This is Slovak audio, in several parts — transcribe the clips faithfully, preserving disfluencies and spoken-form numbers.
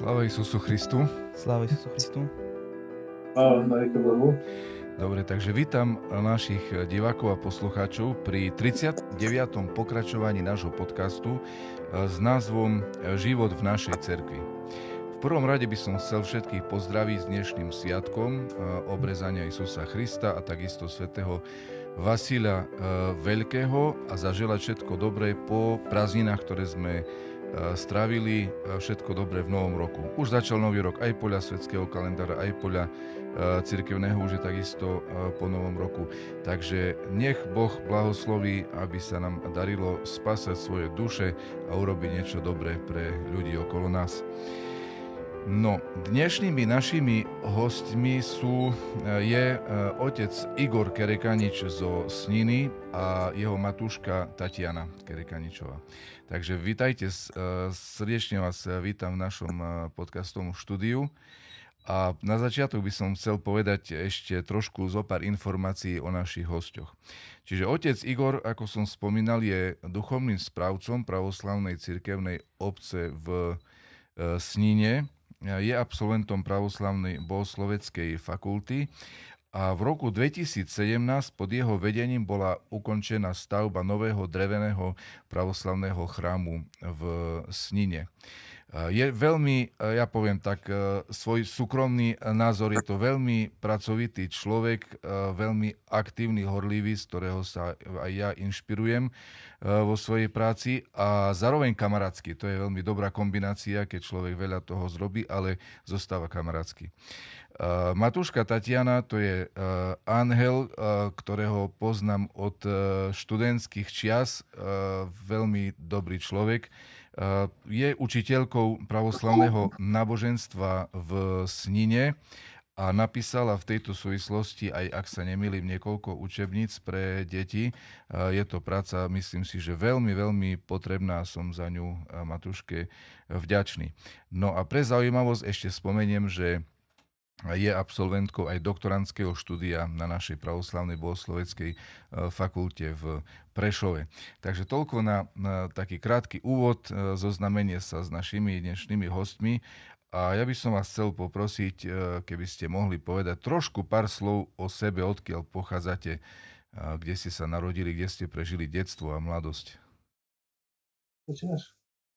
Sláva Isusu Christu. Sláva Isusu Christu. Sláva Nájke Bohu. Dobre, takže vítam našich divákov a poslucháčov pri tridsiatom deviatom pokračovaní nášho podcastu s názvom Život v našej cerkvi. V prvom rade by som chcel všetkých pozdraviť s dnešným sviatkom obrezania Isusa Krista a takisto svätého Vasila Veľkého a zaželať všetko dobré po prázdninách, ktoré sme strávili, všetko dobré v novom roku. Už začal nový rok aj podľa svetského kalendára, aj podľa cirkevného, už je takisto po novom roku. Takže nech Boh blahosloví, aby sa nám darilo spásať svoje duše a urobiť niečo dobré pre ľudí okolo nás. No, dnešnými našimi hostmi sú, je otec Igor Kerekanič zo Sniny a jeho matúška Tatiana Kerekaničová. Takže vítajte, srdečne vás vítam v našom podcastovom štúdiu. A na začiatok by som chcel povedať ešte trošku zo pár informácií o našich hosťoch. Čiže otec Igor, ako som spomínal, je duchovným správcom pravoslavnej cirkevnej obce v Snine. Je absolventom pravoslavnej bohosloveckej fakulty a v roku dvetisícsedemnásť pod jeho vedením bola ukončená stavba nového dreveného pravoslavného chrámu v Snine. Je veľmi, ja poviem tak, svoj súkromný názor, je to veľmi pracovitý človek, veľmi aktívny, horlivý, z ktorého sa aj ja inšpirujem vo svojej práci a zároveň kamarátsky. To je veľmi dobrá kombinácia, keď človek veľa toho zrobí, ale zostáva kamarátsky. Matúška Tatiana, to je anhel, ktorého poznám od študentských čias, veľmi dobrý človek. Je učiteľkou pravoslavného náboženstva v Snine a napísala v tejto súvislosti, aj ak sa nemýlim, niekoľko učebníc pre deti. Je to práca, myslím si, že veľmi, veľmi potrebná, som za ňu Matúške vďačný. No a pre zaujímavosť ešte spomeniem, že je absolventkou aj doktorandského štúdia na našej pravoslavnej bohosloveckej fakulte v Prešove. Takže toľko na, na taký krátky úvod, zoznamenie sa s našimi dnešnými hostmi. A ja by som vás chcel poprosiť, keby ste mohli povedať trošku pár slov o sebe, odkiaľ pochádzate, kde ste sa narodili, kde ste prežili detstvo a mladosť. Začínaš?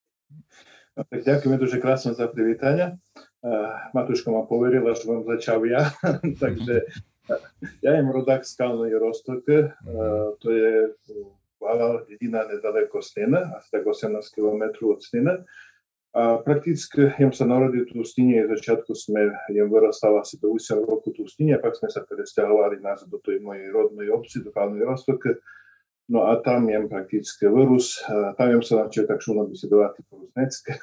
No, tak ďakujem дуже krásne za privítania. Uh, Matúška ma poverila, že vám začal ja. Takže ja jem rodák z Kalnej Roztok. Uh, to je malá dedina nedaleko Snina, asi tak osemnásť kilometrov od Snina. A prakticky jem sa narodil tu v Snine, začiatku sme, jem vyrastal asi do osem roku tu v Snine, a pak sme sa presťahovali nazad do tej mojej rodnej obci, do Kalnej Roztok. No a tam jem prakticky vyrus, tam jem sa naučil tak šumno besedovati po rusnecky.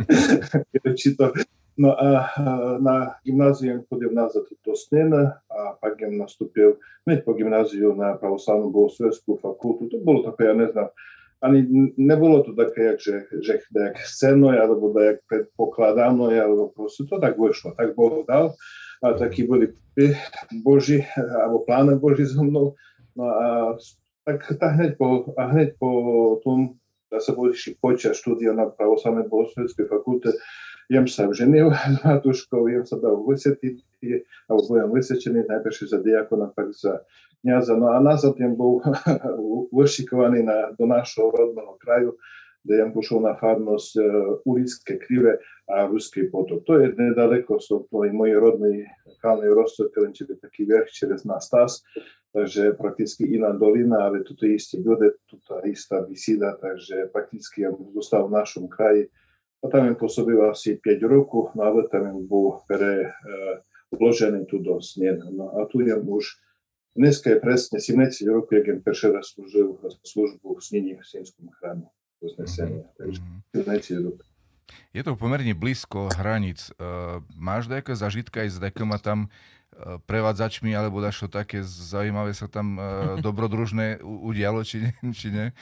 No a na gimnáziu chodil nazad do Snina a pak jem nastúpil hneď po gimnáziu na pravoslavnú bohosloveckú fakultu. To bolo také, ja neznám, ani nebolo to také, jak, že, že jak scénoj, alebo jak predpokladáno, alebo proste to tak vyšlo, tak Boh dal. A takí boli Boží, alebo plány Boží so mnou. No a Tak, tak hneď po, a hneď po tom, da sa boliši počia štúdia na pravoslavnej bohosloveckej fakulte, jem sa ženil s Matúškou, jem sa dal vysvetiť, alebo budem vysvečený, najprv za diakona, pak za kňaza. No a nazad jem bol vyšikovaný na, do nášho rodného kraju, kde jem pošol na farnosť uh, Ulické Krive a Ruský potok. To je nedaleko od mojej rodnej Kalnej Roztok, len či je taký vrch čez nás Stas. Takže prakticky iná dolina, ale toto je isté ľudia, toto je istá vysída, takže prakticky ja zostal v našom kraji. A tam jem pôsobil asi päť rokov, no ale tam jem bol pre, uh, vložený tu do Snina. No a tu jem už, dneska je presne sedemnásť rokov, jak jem prvý raz slúžil službu v Snine, v Sninskom chráme. Takže sedemnásť rokov. Je to pomerne blízko hraníc. Uh, máš nejaké zažitka aj s dekoma tam prevádzačmi, alebo dačo také zaujímavé sa tam uh, dobrodružné udialo, či, ne, či nie?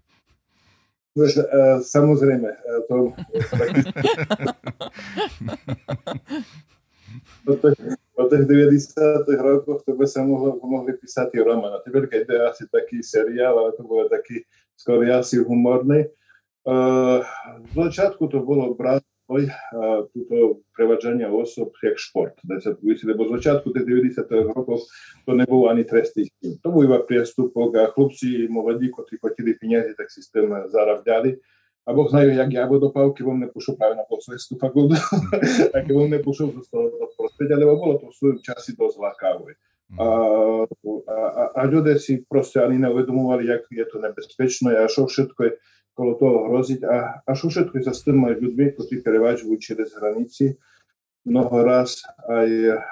Uh, samozrejme. Uh, to, o tých deväťdesiatych rokoch to by sa mohlo, mohli písať i román. To je asi taký seriál, ale to bolo taký skôr asi humorný. Uh, v začiatku to bolo brat postoj a túto prevádzania osob jak šport. Lebo z začiatku tých deväťdesiatych rokov to nebolo ani trestný čin. To bol iba priestupok a chlapci mladí, ktorí chotili peniaze, tak si s tým zarábďali. A Boh znajú, jak ja vodopávky, vom nepúšol práve na Bolsovskú fakultu, tak vom nepúšol z toho prostredia, lebo bolo to v svojom časi dosť lákavé. A, a, a ľudia si proste ani neuvedomovali, jak je to nebezpečné a čo všetko je kolo toho hroziť a, a čo všetko je sa s tými ľuďmi, ktorí prevádzajú cez hranici. Mnoho raz aj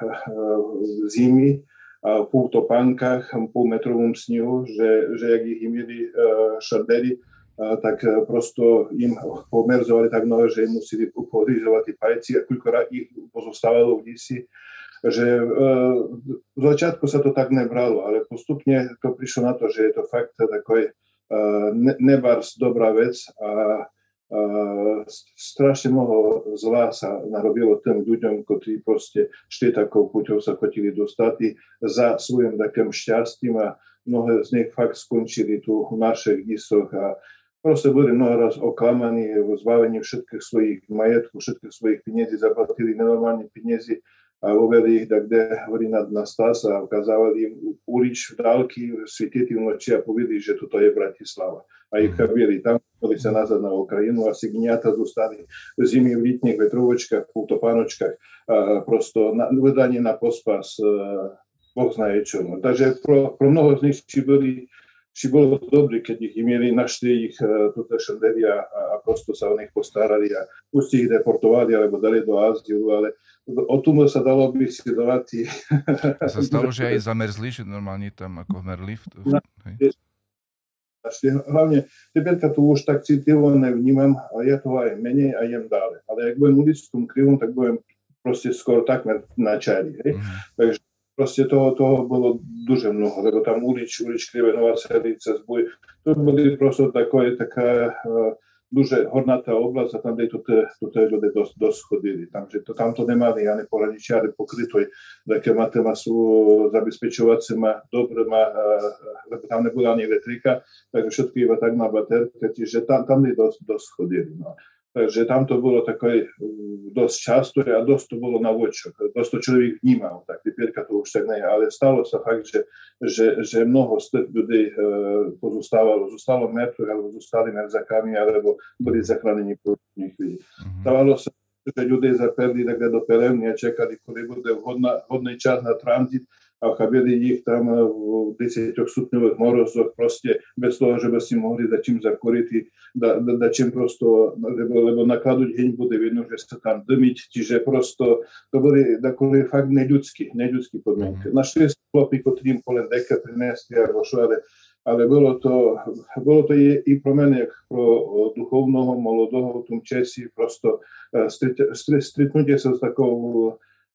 zimy a v topánkach, pol metrovom snehu, že, že jak ich imeli šardery, a tak prosto im pomerzovali tak mnoho, že im museli podrizovať tie pajci a koľko ich pozostávalo v disi, že e, v začiatku sa to tak nebralo, ale postupne to prišlo na to, že je to fakt takový e, ne, nebars dobrá vec a e, strašne mnoho zlá sa narobilo tým ľuďom, ktorí proste šli takou puťou sa chotili dostať za svojím takým šťastím a mnohé z nich fakt skončili tu v našich disoch a proste boli mnoho raz oklamaní, zbavení všetkých svojich majetkov, všetkých svojich peniazí, zaplatili nenormálne peniazy a uvedli ich tak, kde hovorí na, na stas a ukazávali im ulič v dálky, svietili v noči a povedali, že toto je Bratislava. A ich kabili tam, boli sa nazad na Ukrajinu a Signiata zostali zimy v lítnych vetrovočkách, v topánočkách a prosto na, vedanie na pospas, Boh zná čomu. Takže pro, pro mnoho z nich či boli či bolo dobré, keď ich imeli, našli ich toto šardery a, a prosto sa o nich postarali a pusti ich deportovali alebo dali do azylu, ale o tom sa dalo by si dávať. A sa stalo, že aj zamrzli, že normálne tam ako merli? V... Hej. Hlavne, teďka tu už tak citlivo nevnímam, a ja toho aj menej a jem dále. Ale ak budem ulickom krivom, tak budem proste skoro takmer na čari. Hej? Mm-hmm. Takže proste toho, toho bolo duže mnoho, lebo tam ulič, ulič Krivé, Nová Celica, Zbuj, to boli prosto takové, taká uh, duže hornatá oblasť a tam to ľudia dosť, dosť chodili. Takže to, tam to nemali ani pohraničiari pokrytoj, také matema sú zabezpečovacie ma dobre, ma, uh, lebo tam nebola ani elektrika, takže všetko iba tak na baterke, čiže tam, tam dosť, dosť chodili. No. Takže tam to bolo také dosť často a dosť to bolo na vočok. Dosť to človek vnímal, tak teďka to už tak nie je. Ale stalo sa fakt, že, že, že mnoho z tých ľudí e, pozostávalo. Zostalo mŕtvych, alebo zostali mŕdzakami, alebo boli zachránení po chvíli. Mm-hmm. Stávalo sa, že ľudia zaperli takhle do pelevny a čakali, kedy bude vhodná, vhodný čas na tranzit a chabili ich tam v desaťstupňových morozoch proste bez toho, že by si mohli dať čím zakoriť, da, da, da čím prosto, lebo, lebo nakladuť heň bude vidno, že sa tam dmiť, čiže prosto to boli takové fakt neľudské, neľudské podmienky. Mm-hmm. Našli sa chlopí, ktorým po len deka prinesli alebo šo, ale, ale bolo to, bolo to i, i pro mene, pro duchovného, molodoho, v tom časi, prosto stretnutie sa s takou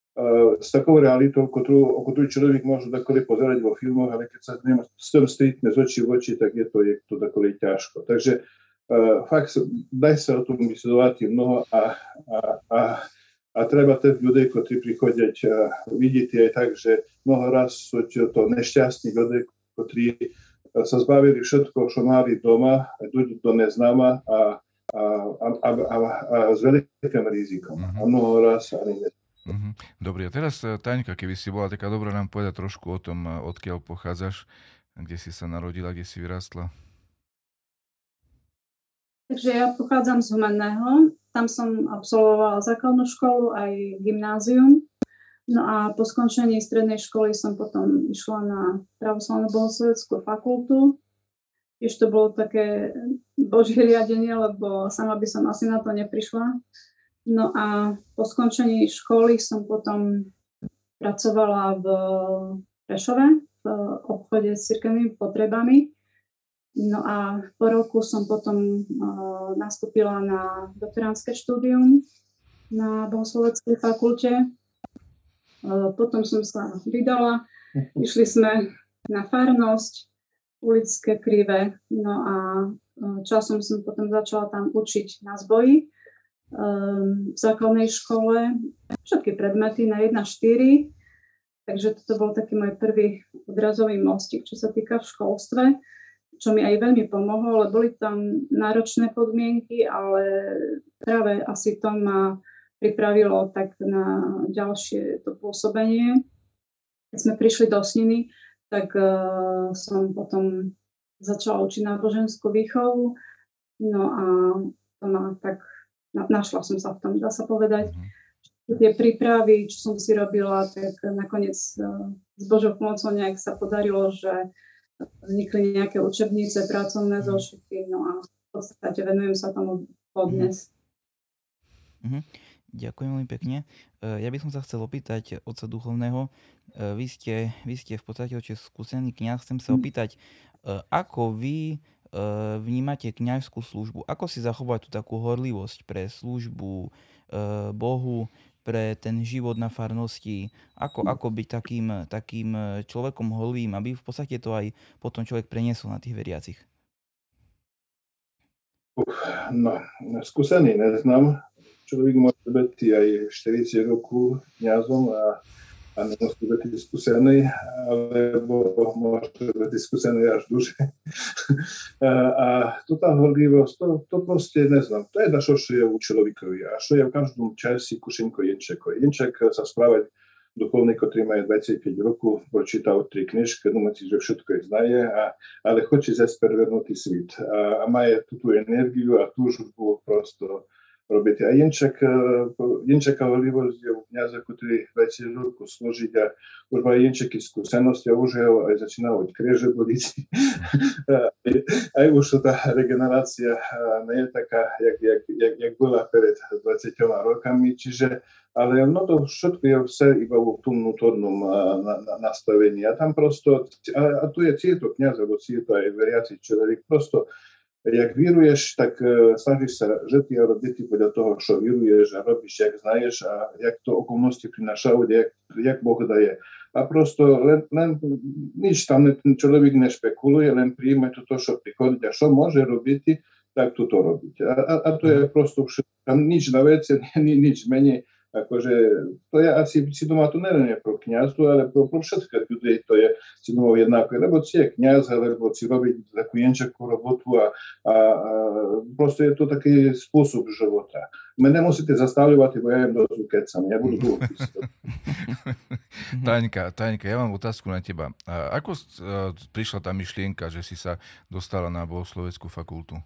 s takou realitou, ktorú, o ktorú človek môže takové pozerať vo filmoch, ale keď sa s tým stretne z očí v oči, tak je to, je to takové ťažko. Takže uh, fakt daj sa o tom vysledovať mnoho a, a, a, a treba tých ľudí, ktorí prichodia uh, vidieť aj tak, že mnoho raz sú to nešťastní ľudí, ktorí uh, sa zbavili všetko, čo mali doma, idú do neznáma a, a, a, a, a, a s veľkým rizikom. Mm-hmm. A mnoho raz ani ne. Uh-huh. Dobre, a teraz, Taňka, keby si bola taká dobrá nám povedať trošku o tom, odkiaľ pochádzaš, kde si sa narodila, kde si vyrástla. Takže ja pochádzam z Humenného, tam som absolvovala základnú školu aj gymnázium, no a po skončení strednej školy som potom išla na pravoslavnú bohosloveckú fakultu. Tiež to bolo také božie riadenie, lebo sama by som asi na to neprišla. No a po skončení školy som potom pracovala v Prešove, v obchode s cirkevnými potrebami. No a po roku som potom uh, nastúpila na doktorandské štúdium na bohosloveckej fakulte. Uh, potom som sa vydala, išli sme na farnosť, ulické Krivé. No a uh, časom som potom začala tam učiť na zboji. V základnej škole všetky predmety na jedna štyri, takže toto bol taký môj prvý odrazový mostík, čo sa týka v školstve. čo mi aj veľmi pomohlo, lebo boli tam náročné podmienky, ale práve asi to ma pripravilo tak na ďalšie to pôsobenie. Keď sme prišli do Sniny, tak uh, som potom začala učiť náboženskú výchovu, no a to ma tak, na, našla som sa v tom, dá sa povedať. Tie prípravy, čo som si robila, tak nakoniec uh, s Božou pomocou nejak sa podarilo, že vznikli nejaké učebnice, pracovné zošity, no a v podstate venujem sa tomu podnes. Mhm. Ďakujem veľmi pekne. Ja by som sa chcel opýtať otca duchovného. Vy ste, vy ste v podstate oče skúsený kňaz. Chcem sa opýtať, ako vy vnímate kňazskú službu? Ako si zachovať tú takú horlivosť pre službu Bohu, pre ten život na farnosti? Ako, ako byť takým, takým človekom horlivým, aby v podstate to aj potom človek preniesol na tých veriacich? No, skúsený neznám. Človek môže byť aj štyridsať rokov kňazom a, a nemusí byť skúsený, alebo môže byť skúsený až duže. a, a to tá horlivosť, to, to proste neznám. To je dašo, čo je u človekovi a čo je v každom časi kušenko jenčeko. Jenček sa správať duchovný, ktorý má dvadsaťpäť rokov, pročítal tri knižky, domyslí, že všetko je znaje, a, ale chce zase pervernutý svet. A, a má tú energiu a túžbu prosto robiť. A Jenček, Jenčeka horlivosť je u kňaza, ktorý dvadsať rokov slúžiť a už má Jenčeky skúsenosti a už ho aj začína od kríže boliť. Aj už tá regenerácia nie je taká, jak, jak, jak, jak bola pred dvadsiatimi rokami, čiže ale no to všetko je vse iba v tom vnútornom na, na, nastavení. A tam prosto, a, a tu je cieľ to kňaz, alebo cieľ to aj veriaci človek, prosto jak víruješ, tak uh, snažíš sa žiť a robiť podľa toho, čo víruješ a robíš, jak znaješ a jak to okolnosti prinášajú, jak, jak Boh daje. A prosto len, len nič tam ten človek nešpekuluje, len príjme to, čo prichodí a čo môže robiť, tak to robiť. A, a, a to je prosto všetko. Tam nič na veci, ni, nič menej. Akože to je asi, si doma to neviem pro kňazstvo, ale pro, pro všetkých ľudí to je si doma jednako, lebo si je kňaz, alebo si robiť takú jenčakú robotu a, a, a prosto je to taký spôsob života. Me nemusíte zastavľovať, bo ja jem dosť kecam, ja budu dlho písať. Taňka, Taňka, ja mám otázku na teba. A ako prišla tá myšlienka, že si sa dostala na bohosloveckú fakultu?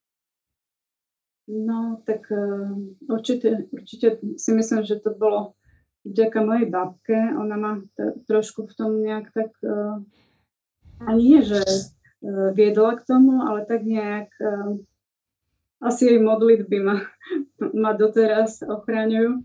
No, tak uh, určite, určite si myslím, že to bolo vďaka mojej babke. Ona ma t- trošku v tom nejak tak, uh, ani nie, že uh, viedla k tomu, ale tak nejak, uh, asi jej modlitby ma, ma doteraz ochraňujú.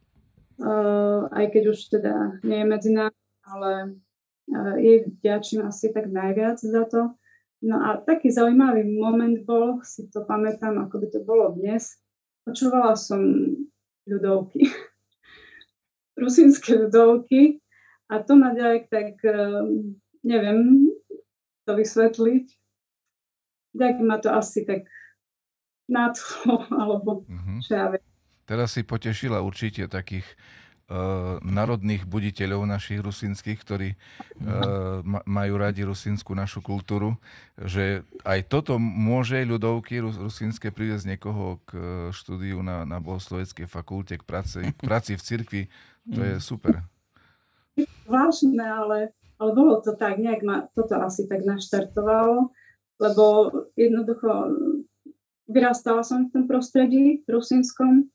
Uh, aj keď už teda nie je medzi nami, ale uh, jej vďačím asi tak najviac za to. No a taký zaujímavý moment bol, si to pamätám, ako by to bolo dnes. Počúvala som ľudovky, rusínske ľudovky a to ma ďalej tak, neviem to vysvetliť. Tak ma to asi tak nadchlo, alebo Mm-hmm. čo ja viem. Teraz si potešila určite takých uh, národných buditeľov našich rusínskych, ktorí uh, ma- majú radi rusínsku našu kultúru, že aj toto môže ľudovky rus- rusínske priviesť niekoho k štúdiu na, na bohosloveckej fakulte, k práci, k práci v cirkvi. To je super. Vážne, ale, ale bolo to tak, nejak ma toto asi tak naštartovalo, lebo jednoducho vyrastala som v tom prostredí rusínskom.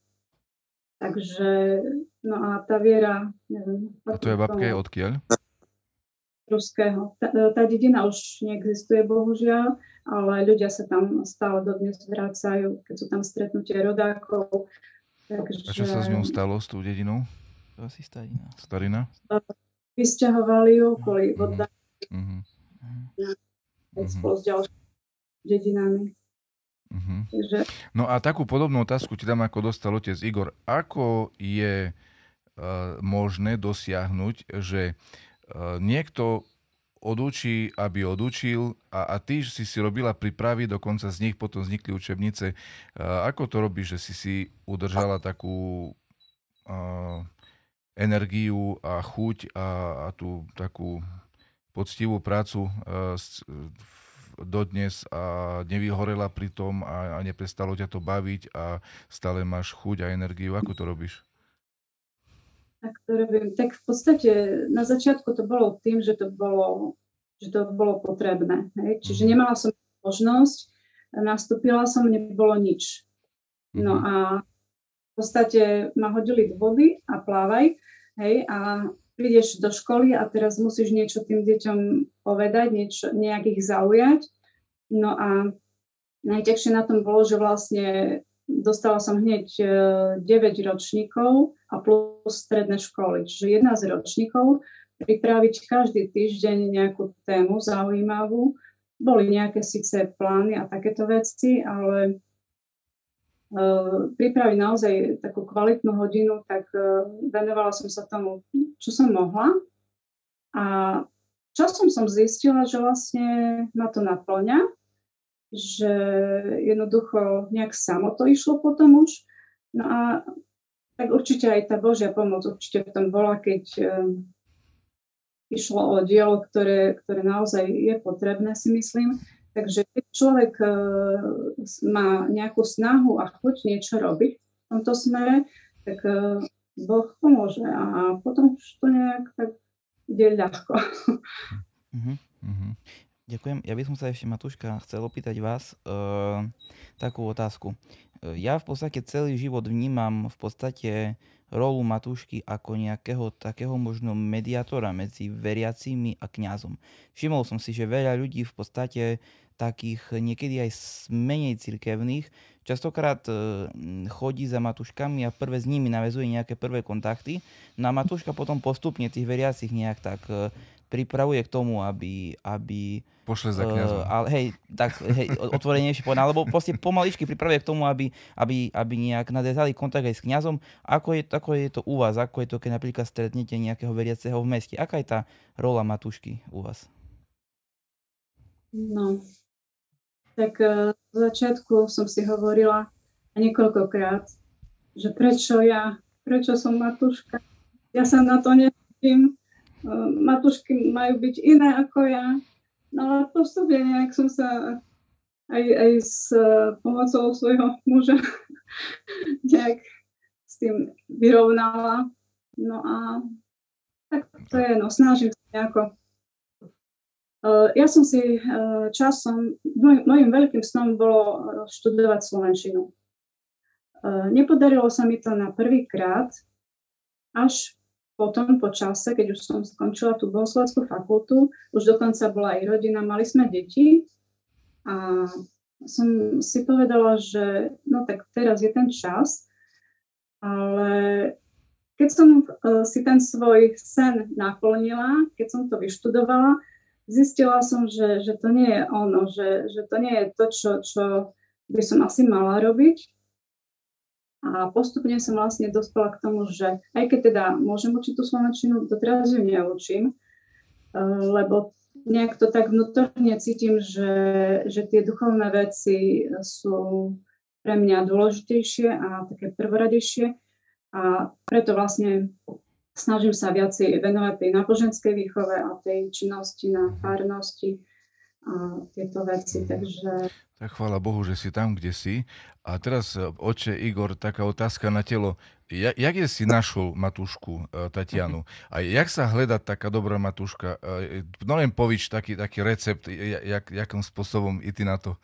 Takže, no a tá viera, neviem. A tvoja babka je odkiaľ? Ruského. Tá, tá dedina už neexistuje, bohužiaľ, ale ľudia sa tam stále dodnes vracajú, keď sú tam stretnutie rodákov. Takže... A čo sa s ňou stalo, s tou dedinou? To asi Starina. Starina? Vysťahovali ju kvôli voda. Mm-hmm. Mm-hmm. Spolu s ďalšími dedinami. Mm-hmm. Takže... No a takú podobnú otázku ti dám, ako dostal otec Igor. Ako je uh, možné dosiahnuť, že uh, niekto odučí, aby odučil a, a ty si si robila prípravy, dokonca z nich potom vznikli učebnice. Uh, ako to robíš, že si si udržala takú uh, energiu a chuť a, a tú takú poctivú prácu uh, s, v dodnes a nevyhorela pri tom a, a neprestalo ťa to baviť a stále máš chuť a energiu? Ako to robíš? Tak to robím. Tak v podstate na začiatku to bolo tým, že to bolo, že to bolo potrebné. Hej? Čiže Mhm. nemala som možnosť, nastúpila som, nebolo nič. No Mhm. a v podstate ma hodili do vody a plávaj, hej, a prídeš do školy a teraz musíš niečo tým deťom povedať, niečo, nejak ich zaujať. No a najťažšie na tom bolo, že vlastne dostala som hneď e, deväť ročníkov a plus stredné školy, čiže jedenásť ročníkov, pripraviť každý týždeň nejakú tému zaujímavú. Boli nejaké síce plány a takéto veci, ale Uh, pripraviť naozaj takú kvalitnú hodinu, tak uh, venovala som sa tomu, čo som mohla. A časom som zistila, že vlastne ma to naplňa, že jednoducho nejak samo to išlo potom už. No a tak určite aj tá Božia pomoc určite v tom bola, keď uh, išlo o dielo, ktoré, ktoré naozaj je potrebné, si myslím. Takže keď človek uh, má nejakú snahu a chuť niečo robiť v tomto smere, tak uh, Boh pomôže a potom už to nejak tak ide ľahko. Mhm. Mhm. Ďakujem. Ja by som sa ešte, Matúška, chcel opýtať vás uh, takú otázku. Uh, Ja v podstate celý život vnímam v podstate rolu Matúšky ako nejakého takého možno mediátora medzi veriacimi a kňazom. Všimol som si, že veľa ľudí v podstate takých niekedy aj s- menej cirkevných častokrát uh, chodí za Matúškami a prvé s nimi naväzuje nejaké prvé kontakty. No a Matúška potom postupne tých veriacich nejak tak uh, pripravuje k tomu, aby, aby Pošle za Uh, kňazom. ale hej, tak hej, o- otvorenejšie povedal, lebo proste pomaličky pripravuje k tomu, aby, aby, aby nejak nadviazali kontakt aj s kňazom. Ako je, ako je to u vás? Ako je to, keď napríklad stretnete nejakého veriaceho v meste? Aká je tá rola Matúšky u vás? No, tak uh, v začiatku som si hovorila a niekoľkokrát, že prečo ja, prečo som Matúška, ja sa na to neteším, uh, Matúšky majú byť iné ako ja. No ale postupne nejak som sa aj, aj s uh, pomocou svojho muža nejak s tým vyrovnala. No a tak to je, no snažím sa nejako. Uh, ja som si uh, časom, môj, môjim veľkým snom bolo uh, študovať slovenčinu. Uh, nepodarilo sa mi to na prvýkrát, až potom po čase, keď už som skončila tú bohosloveckú fakultu, už dokonca bola aj rodina, mali sme deti a som si povedala, že no tak teraz je ten čas, ale keď som uh, si ten svoj sen naplnila, keď som to vyštudovala, zistila som, že, že to nie je ono, že, že to nie je to, čo, čo by som asi mala robiť. A postupne som vlastne dospela k tomu, že aj keď teda môžem učiť tú slovenčinu, doteraz ju neučím, lebo nejak to tak vnútorne cítim, že, že tie duchovné veci sú pre mňa dôležitejšie a také prvoradejšie. A preto vlastne snažím sa viacej venovať tej náboženskej výchove a tej činnosti na farnosti a tieto veci. Takže Tak chvála Bohu, že si tam, kde si. A teraz, oče Igor, taká otázka na telo. Ja, jak je si našol Matúšku, e, Tatianu? A jak sa hľadá taká dobrá Matúška? E, No len povíč taký, taký recept, ja- jak, jakým spôsobom i ty na to.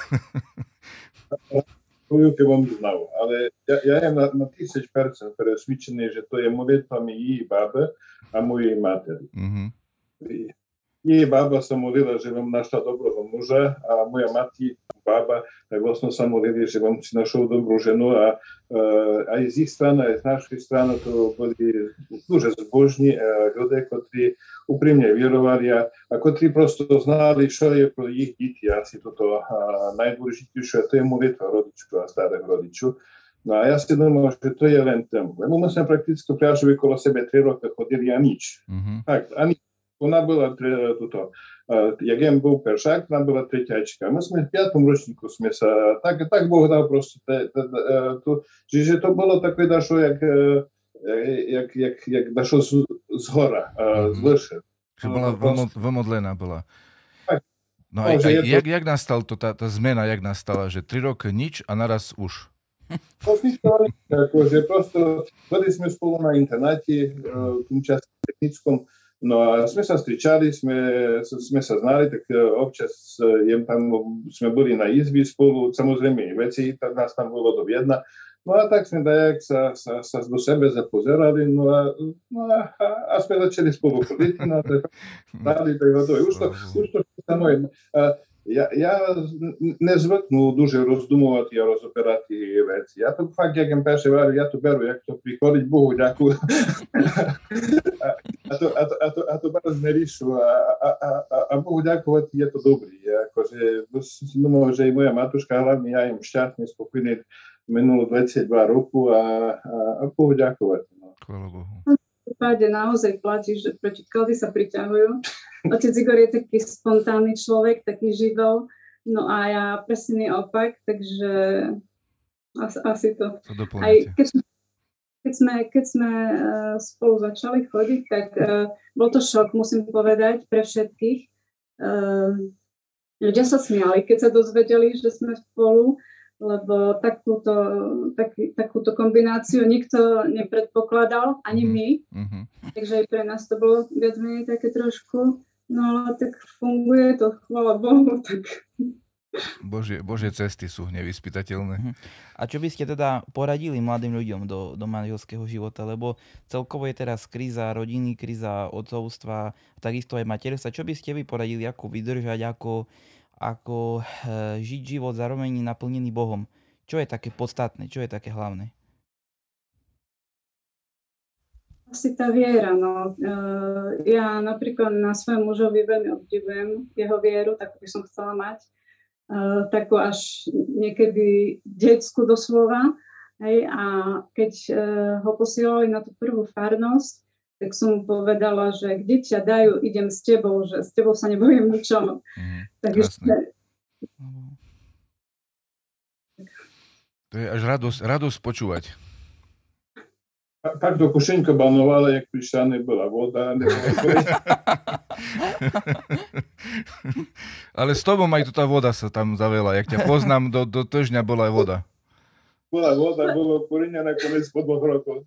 Koju вам знав, але я, я є на, на тисяч перцент пересвідчений, що то є молитвами її баби, а моєї матері. Mhm. Її баба се молила, що вам знайшла доброго мужа, а моя мати, баба, так власно се молили, що вам си знайшов добру жену, а, а з їх сторони, а з нашої сторони, то були дуже збожні люди, котрі упрямно вірували, а котрі просто знали, що є про їх діти, а си то найдорожчіше, то є молитва родичку, а старих родичів. No a ja si думав, що то є len тим. Бо ми саме практично пляжові коло себе три роки ходили, а ніч. Mhm. Так, а ніч. Вона була тут, як я був першак, вона була третячка. Ми сме в п'ятому рочнику сміса. Так, так Бог дав просто. Те, те, то, že to було таке, да, що як, як, як, як да, що з, з гора, Mhm. з вище. Že bola No, proste. vymodlená bola. No a, a jak, jak nastal to, tá, tá zmena, jak nastala, že tri roky nič a naraz už? Akože prosto, boli sme spolu na internáte, v tom čase technickom, no a sme sa stričali, sme, sme sa znali, tak občas jem tam, sme boli na izbi spolu, samozrejme veci, tak nás tam bolo do jedna. No a tak sme dajak sa, sa, sa do sebe zapozerali, no a, no a, a sme začali spolu chodiť, no a tak dali, tak to je. Už to, už to samozrejme. Ja, ja nezvyknú дуже роздумувати a rozoberať tie veci. Ja to fakt, jak im perše varu, ja to beru, jak to prichodiť, Bohu ďakujem. a, a, to, a, to, a, to, a to bardzo neriešu a, a, a, a Bohu ďakovať je to dobrý. Akože, no, že i moja matuška, hlavne ja im šťastne, spokojný minulú dvadsaťdva roku a, a, a Bohu ďakovať. No. Chvála Bohu. V prípade naozaj platí, že proti klady sa priťahujú. Otec Igor je taký spontánny človek, taký živel, no a ja presný opak, takže asi, asi to. To doplňate. Keď, keď sme, keď sme uh, spolu začali chodiť, tak uh, bol to šok, musím povedať, pre všetkých. Uh, ľudia sa smiali, keď sa dozvedeli, že sme spolu, lebo takúto, taký, takúto kombináciu nikto nepredpokladal, ani my. Mm-hmm. Takže aj pre nás to bolo viac menej také trošku, no ale tak funguje to, chvála Bohu. Tak. Božie, Božie cesty sú nevyspytateľné. Mm-hmm. A čo by ste teda poradili mladým ľuďom do, do manželského života? Lebo celkovo je teraz kríza rodiny, kríza otcovstva, takisto aj materstva. Čo by ste vy poradili, ako vydržať, ako ako žiť život zároveň naplnený Bohom. Čo je také podstatné? Čo je také hlavné? Asi tá viera, no. Ja napríklad na svojom mužovi veľmi obdivujem jeho vieru, takú by som chcela mať. Takú až niekedy detskú doslova. Hej, a keď ho posielali na tú prvú farnosť, tak som mu povedala, že kde ťa dajú, idem s tebou, že s tebou sa nebojím ničomu. Mm, Takže... To je až radosť, radosť počúvať. Tak do Kušenka banovala, jak prišla, nebola voda, nebola Ale s tobou aj tu tá voda sa tam zavela. Jak ťa poznám, do, do týždňa bola voda. Bola voda, bolo kúrenia nakoniec po dvoch rokoch.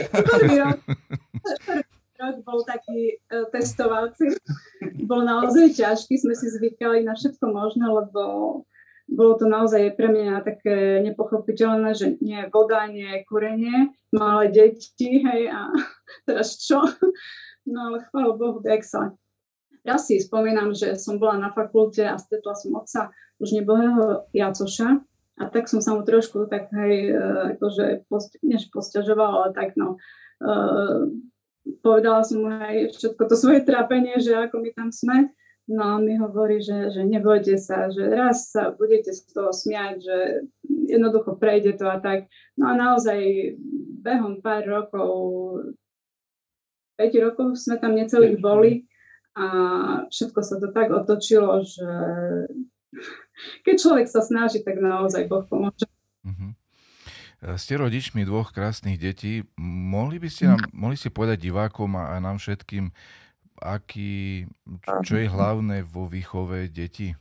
Rok bol taký uh, testovací. Bol naozaj ťažký, sme si zvykali na všetko možné, lebo bolo to naozaj pre mňa také nepochopiteľné, že nie je voda, nie je kúrenie, malé deti, hej, a teraz čo? No ale chvála Bohu, tak sa. Raz si spomínam, že som bola na fakulte a stretla som otca už nebohého Jacoša, a tak som sa mu trošku tak, hej, akože, post, než posťažovala, ale tak, no, uh, povedala som mu aj všetko to svoje trápenie, že ako my tam sme, no a on mi hovorí, že, že nebojte sa, že raz sa budete z toho smiať, že jednoducho prejde to a tak. No a naozaj behom pár rokov, päť rokov sme tam necelých boli a všetko sa to tak otočilo, že keď človek sa snaží, tak naozaj Boh pomôže. Uh-huh. Ste rodičmi dvoch krásnych detí. Mohli by ste nám, mohli ste povedať divákom a, a nám všetkým, aký, čo je hlavné vo výchove detí?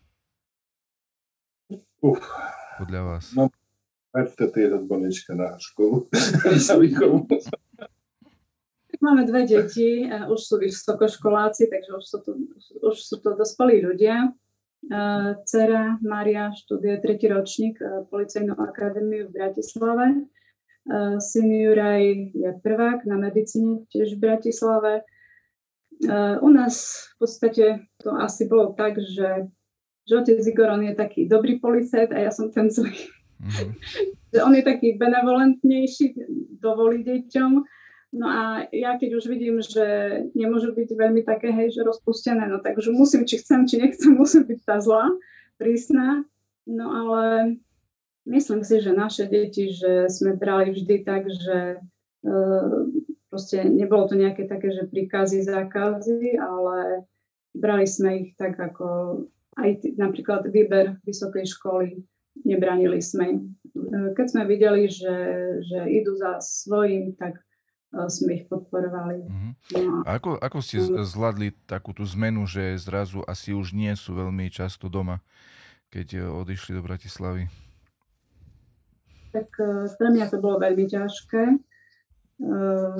Uf. Podľa vás. No, to je odborníčka na školu. Za výchovu. Máme dve deti, už sú vysokoškoláci, takže už sú to, už sú to dospelí ľudia. Uh, dcera Mária študuje tretí ročník uh, Policajnú akadémiu v Bratislave. Uh, syn Juraj je prvák na medicíne tiež v Bratislave. Uh, u nás v podstate to asi bolo tak, že, že otec Igor, on je taký dobrý policajt a ja som ten zlý. Mm-hmm. On je taký benevolentnejší, dovolí deťom. No a ja keď už vidím, že nemôžu byť veľmi také, hej, že rozpustené, no tak už musím, či chcem, či nechcem, musím byť tá zlá, prísna. No ale myslím si, že naše deti, že sme brali vždy tak, že e, proste nebolo to nejaké také, že príkazy, zákazy, ale brali sme ich tak ako aj t- napríklad výber vysokej školy, nebránili sme im. Keď sme videli, že, že idú za svojím, tak sme ich podporovali. Mhm. No, A ako, ako ste z- zvládli takú tú zmenu, že zrazu asi už nie sú veľmi často doma, keď eh, odišli do Bratislavy? tak eh, pre mňa to bolo veľmi ťažké. Eh,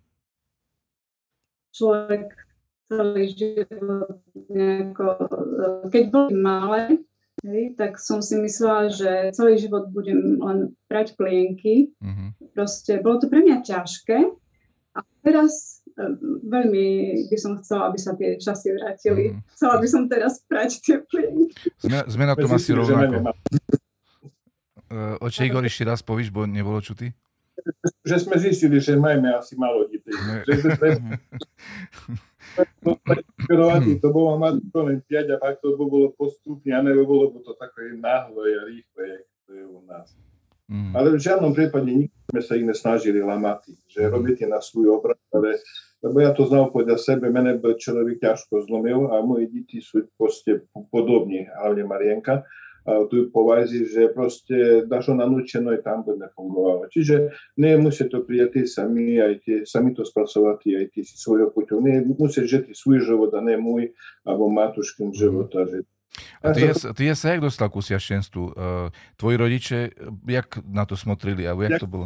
Človek celý život nejako, eh, keď boli malé, hej, tak som si myslela, že celý život budem len prať plienky. Mhm. Proste bolo to pre mňa ťažké a teraz eh, veľmi by som chcela, aby sa tie časy vrátili. Mhm. Chcela by som teraz prať tie plienky. Sme, sme na tom asi Zistili, že rovnako. máme- Eh, Oče Igor, ešte raz povíš, bo nebolo čuty? že sme zistili, že máme asi málo detí. Ne. Že sme Mhm. inšpirovali, to bolo mať len päť a pak to bolo postupne, a nebo bolo to také náhle a rýchle, jak to je u nás. Mhm. Ale v žiadnom prípade nikdy sme sa ich nesnažili lamať, že robíte na svoj obraz, ale lebo ja to znám povedať sebe, mene by človek ťažko zlomil a moje deti sú proste podobní, hlavne Marienka, a tu považí, že proste dašo nanúčeno i tam by nefungovalo. Čiže nie musí to prijať sami, aj tie, sami to spracovať, aj ty si svojho puťou. Nie musí žiť svoj život a ne môj, alebo matuškin život. A že... A ty, jas, ty sa jak dostal ku sviaštenstvu? Uh, tvoji rodiče, jak na to smotrili, alebo jak Jak- to bolo?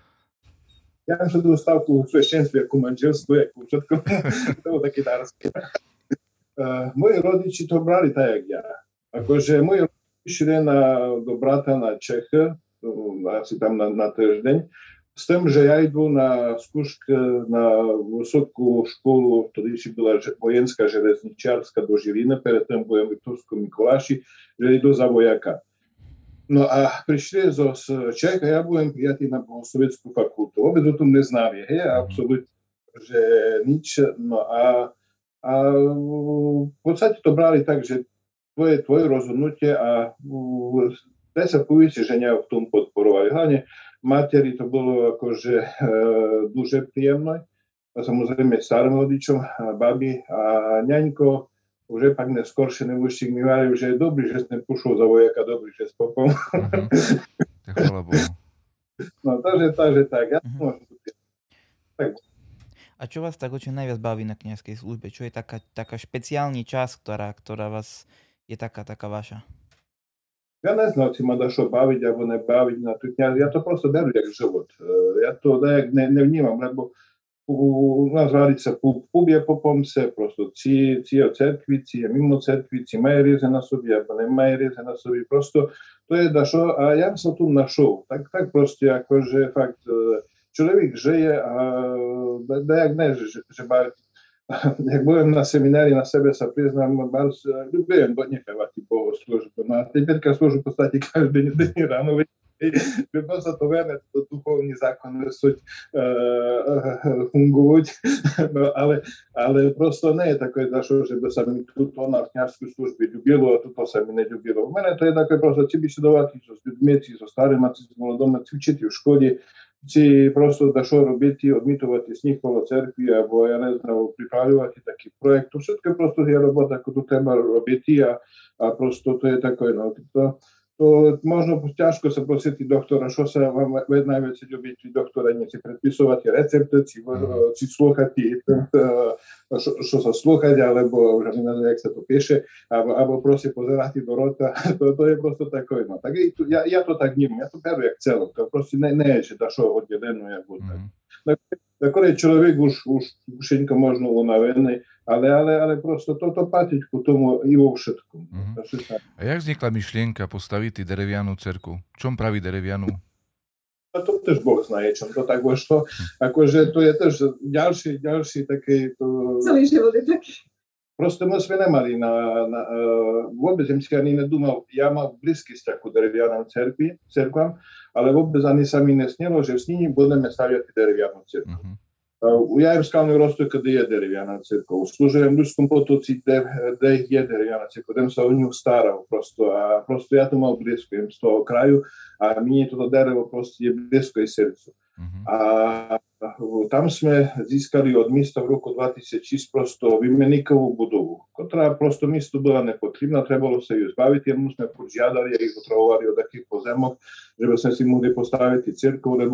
Ja som dostal ku svešenstvu, ako manželstvo, ako všetko. To bolo také dárske. Uh, moji rodiči to brali tak, jak ja. Akože moji rodiči išli na, do brata na Čechy, asi tam na, na týždeň, s tým, že ja idu na skúške na vysokú školu, ktorý bola vojenská železničiarska do Žiliny, predtým bojem v Turskom Mikuláši, že idu za vojaka. No a prišli zo Čech a ja budem prijatý na sovietskú fakultu. Vôbec o tom neznáme, hej, absolútne, že nič. No a, a v podstate to brali tak, že to je tvoje rozhodnutie a daj sa povedať, že ne v tom podporovali. Hlavne materi to bolo akože e, duže príjemné. A samozrejme starým rodičom, a babi a ňaňko, už je pak neskoršie nebudších mi varili, že je dobrý, že si nepušol za vojaka, dobrý, že s popom. Mhm. Tak chvála Bohu. No takže, takže tak. Ja Mhm. môžem tak. A čo vás tak oče najviac baví na kňazskej službe? Čo je taká, taká špeciálny čas, ktorá, ktorá vás je taká, taká vaša? Ja neznám, či ma da šo baviť alebo nebaviť na tú kniaz. Ja to prosto beru jak život. E, Ja to nejak ne, nevnímam, lebo u, u nás vári sa pub, pub je po pomse, prosto ci, ci je v cerkvi, ci je mimo cerkvi, ci majú rieze na sobi, alebo nemajú rieze na sobi. Prosto to je da šo, a ja som tu našol. Tak, tak proste, akože fakt, e, človek žije a da, da jak ne, že, že bar, jak budem na seminári, na sebe sa priznám, bar ľubujem nechávať bohoslužbu. No a teďka slúžu v podstate každý deň ráno, že sa to vieme, to duchovní zákon sú uh, fungovať, no ale, ale prosto nie je také dašo, že by sa mi tuto na kňazskú službu ľubilo a tuto sa mi neľubilo. V mene to je také prosto, či by si dovati so ľuďmi, či so starým, či si bolo doma cvičiť v škole, či prosto dašo robiť, odmitovať z nich kolo cerkvi, alebo ja neznám, pripravovať taký projekt. To všetko prosto je robota, ako tu treba robiť a, a prosto to je také, no, to, to možno ťažko sa prosíti doktora, čo sa vám najviac ľubí pri doktore, nie si predpisovať recepty, si, mm. si slúchať, čo sa slúchať, alebo už ani neviem, jak sa to píše, alebo, alebo proste pozerať do rota, to, to je prosto také, no. Tak ja, ja to tak vnímam, ja to beru jak celok, to proste ne, ne je, že dašo oddelenú, jak bude. Mm. Tako je človek už, už všetko možno unavený, ale, ale, ale prosto toto patiť ku tomu i vo všetkom. Mm-hmm. A jak vznikla myšlienka postaviť derevianu cerku? V čom praví derevianu? A to tež Boh zná, čom to tak vošlo. Akože to je tež ďalší, ďalší taký... To... Celý život je taký. Proste my sme nemali na... na uh, vôbec som si ani nedúmal, ja mám blízky vzťah ku derevianom cerkvi, cerkvam, ale vôbec ani sa mi nesnilo, že v Sníni budeme staviať derevianu cerku. Mm-hmm. U Jajevskalnom Rostu, kde je dereviana cerkva. Služujem v Ľudskom Potoci, kde je dereviana cerkva. Dem sa o ňu staral prosto. A prosto ja to mal blízko z toho kraju a mne toto derevo proste je blízko i srdcu. Mm-hmm. A tam sme získali od místa v roku dvetisícšesť prosto výmenníkovú budovu, ktorá prosto místu bola nepotrebná, trebalo sa ju zbaviť, jemu sme požiadali a ich potrebovali od takých pozemok, že by sme si mohli postaviť cerkvu, lebo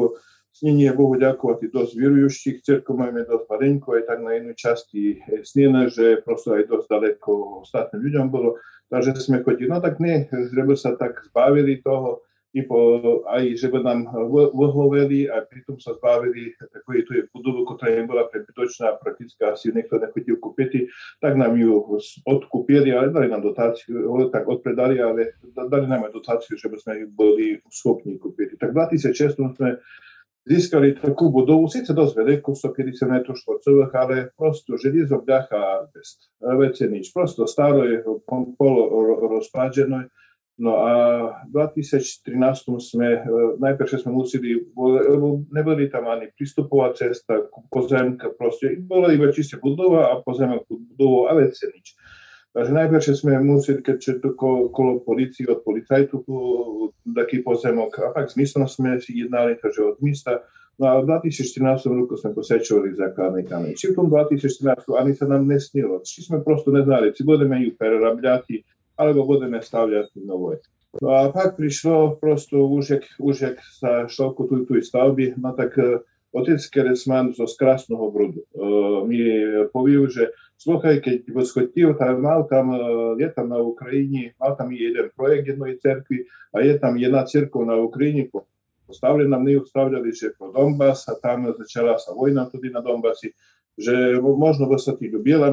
Snenie je Bohu ďakovať dosť vierujúcich, cerkov máme dosť malenko, aj tak na jednej časti snené, že prosto aj dosť daleko ostatným ľuďom bolo, takže sme chodili. No tak nie, že by sa tak zbavili toho, i po, aj že by nám vyhoveli a pritom sa zbavili takovej tu je budovu, ktorá im bola prebytočná, prakticky asi niekto nechodil kúpiť, tak nám ju odkúpili, ale dali nám dotáciu, tak odpredali, ale dali nám aj dotáciu, že by sme ju boli schopní kúpiť. Tak v dvetisícšesť sme získali takú budovu, síce dosť veľkú, stopäťdesiat metrov štvorcových, ale prosto želiezo, bľacha a azbest. Vece nič, prosto staro je polo rozpážené. No a v dvetisíctrinásť sme, najprv sme museli, lebo neboli tam ani prístupová cesta, pozemka, proste, bola iba čiste budova a pozemok budovou a vece nič. Takže najprv sme museli, keďže to kolo polície od policajtu taký pozemok, a pak s místom sme si jednali, takže od místa. No a v dvetisícštrnásť roku sme posečovali základný kameň. Či v tom dvetisícštrnásť ani sa nám nesnilo, či sme prosto neznali, či budeme ju prerabiať, alebo budeme stavľať nové. No a pak prišlo prosto, už jak, už jak sa šlo ku tu stavby, no tak uh, otec Keresman zo Krásneho Brodu uh, mi povedal, že sluchaj, keď odskotil, tak mal tam, uh, je tam na Ukrajine, mal tam jeden projekt jednej cerkvi a je tam jedna cerkva na Ukrajine postavlená, my ju stavľali, že pro Donbas a tam začala sa vojna tudy na Donbasi, že možno by sa tí ľubielam,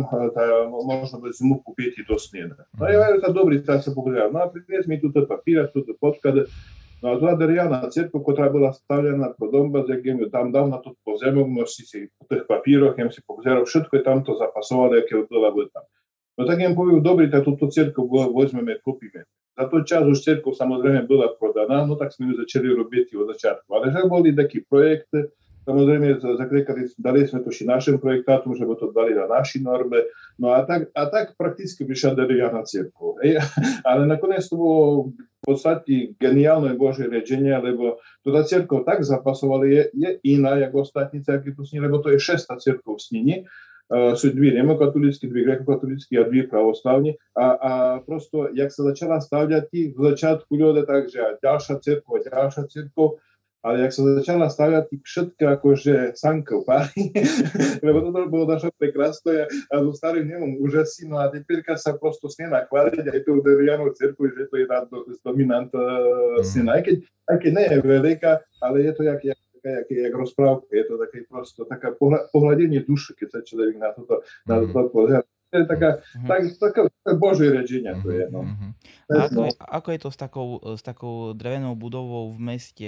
možno by sme kúpiť do sniena. No ja to dobrý, tak sa povedal, no a prinies mi túto papíra, túto podklad, no a tá deriana cerkva, ktorá bola stavľaná pro Donbas, jak im tam dal na to pozemok, no si si po tých papíroch, jem si pozeral, všetko je tamto zapasovali, aké bola tam. No tak im povedal, dobrý, tak túto cerkvu vozmeme, kúpime. Za to čas už cerkva samozrejme bola prodaná, no tak sme ju začali robiť od začiatku. Ale že boli taký projekt, samozrejme, zakrekali, dali sme to ši našim projektátom, že by to dali na naši norme. No a tak, a tak prakticky vyšla deriana cerkov. Ale nakoniec to bolo v podstate geniálne Božie riadenie, lebo to tá cerkov tak zapasovali, je, je iná, ako ostatní cerky tu sní, lebo to je šestá cerkov v snini. Uh, sú dvi rimokatolícky, dvi grekokatolícky a dvi pravoslavní. A, a prosto, jak sa začala stavľať v začiatku ľudia, takže ďalšia cerkva, ďalšia cerkva, ale jak sa začala stavľať všetko akože sankov páli, lebo toto bolo naša prekrásne a so starým nemom úžasí, no a teďka sa prosto smiena chváliť aj tou derianou cerkvu, že to je tá dominant uh, smiena, aj keď, aj keď nie je veľká, ale je to jak, jak, jak, jak rozprávka, je to také prosto, taká pohľa, pohľadenie duše, keď sa človek na toto, na toto pozerá. To je taká, mm-hmm. tak, taká, taká Božie riadenie to je. No. Mm-hmm. A ako, je, ako je to s takou, s takou drevenou budovou v meste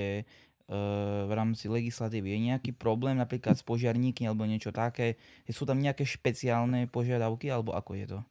v rámci legislatívy? Je nejaký problém napríklad s požiarníkmi alebo niečo také? Sú tam nejaké špeciálne požiadavky alebo ako je to?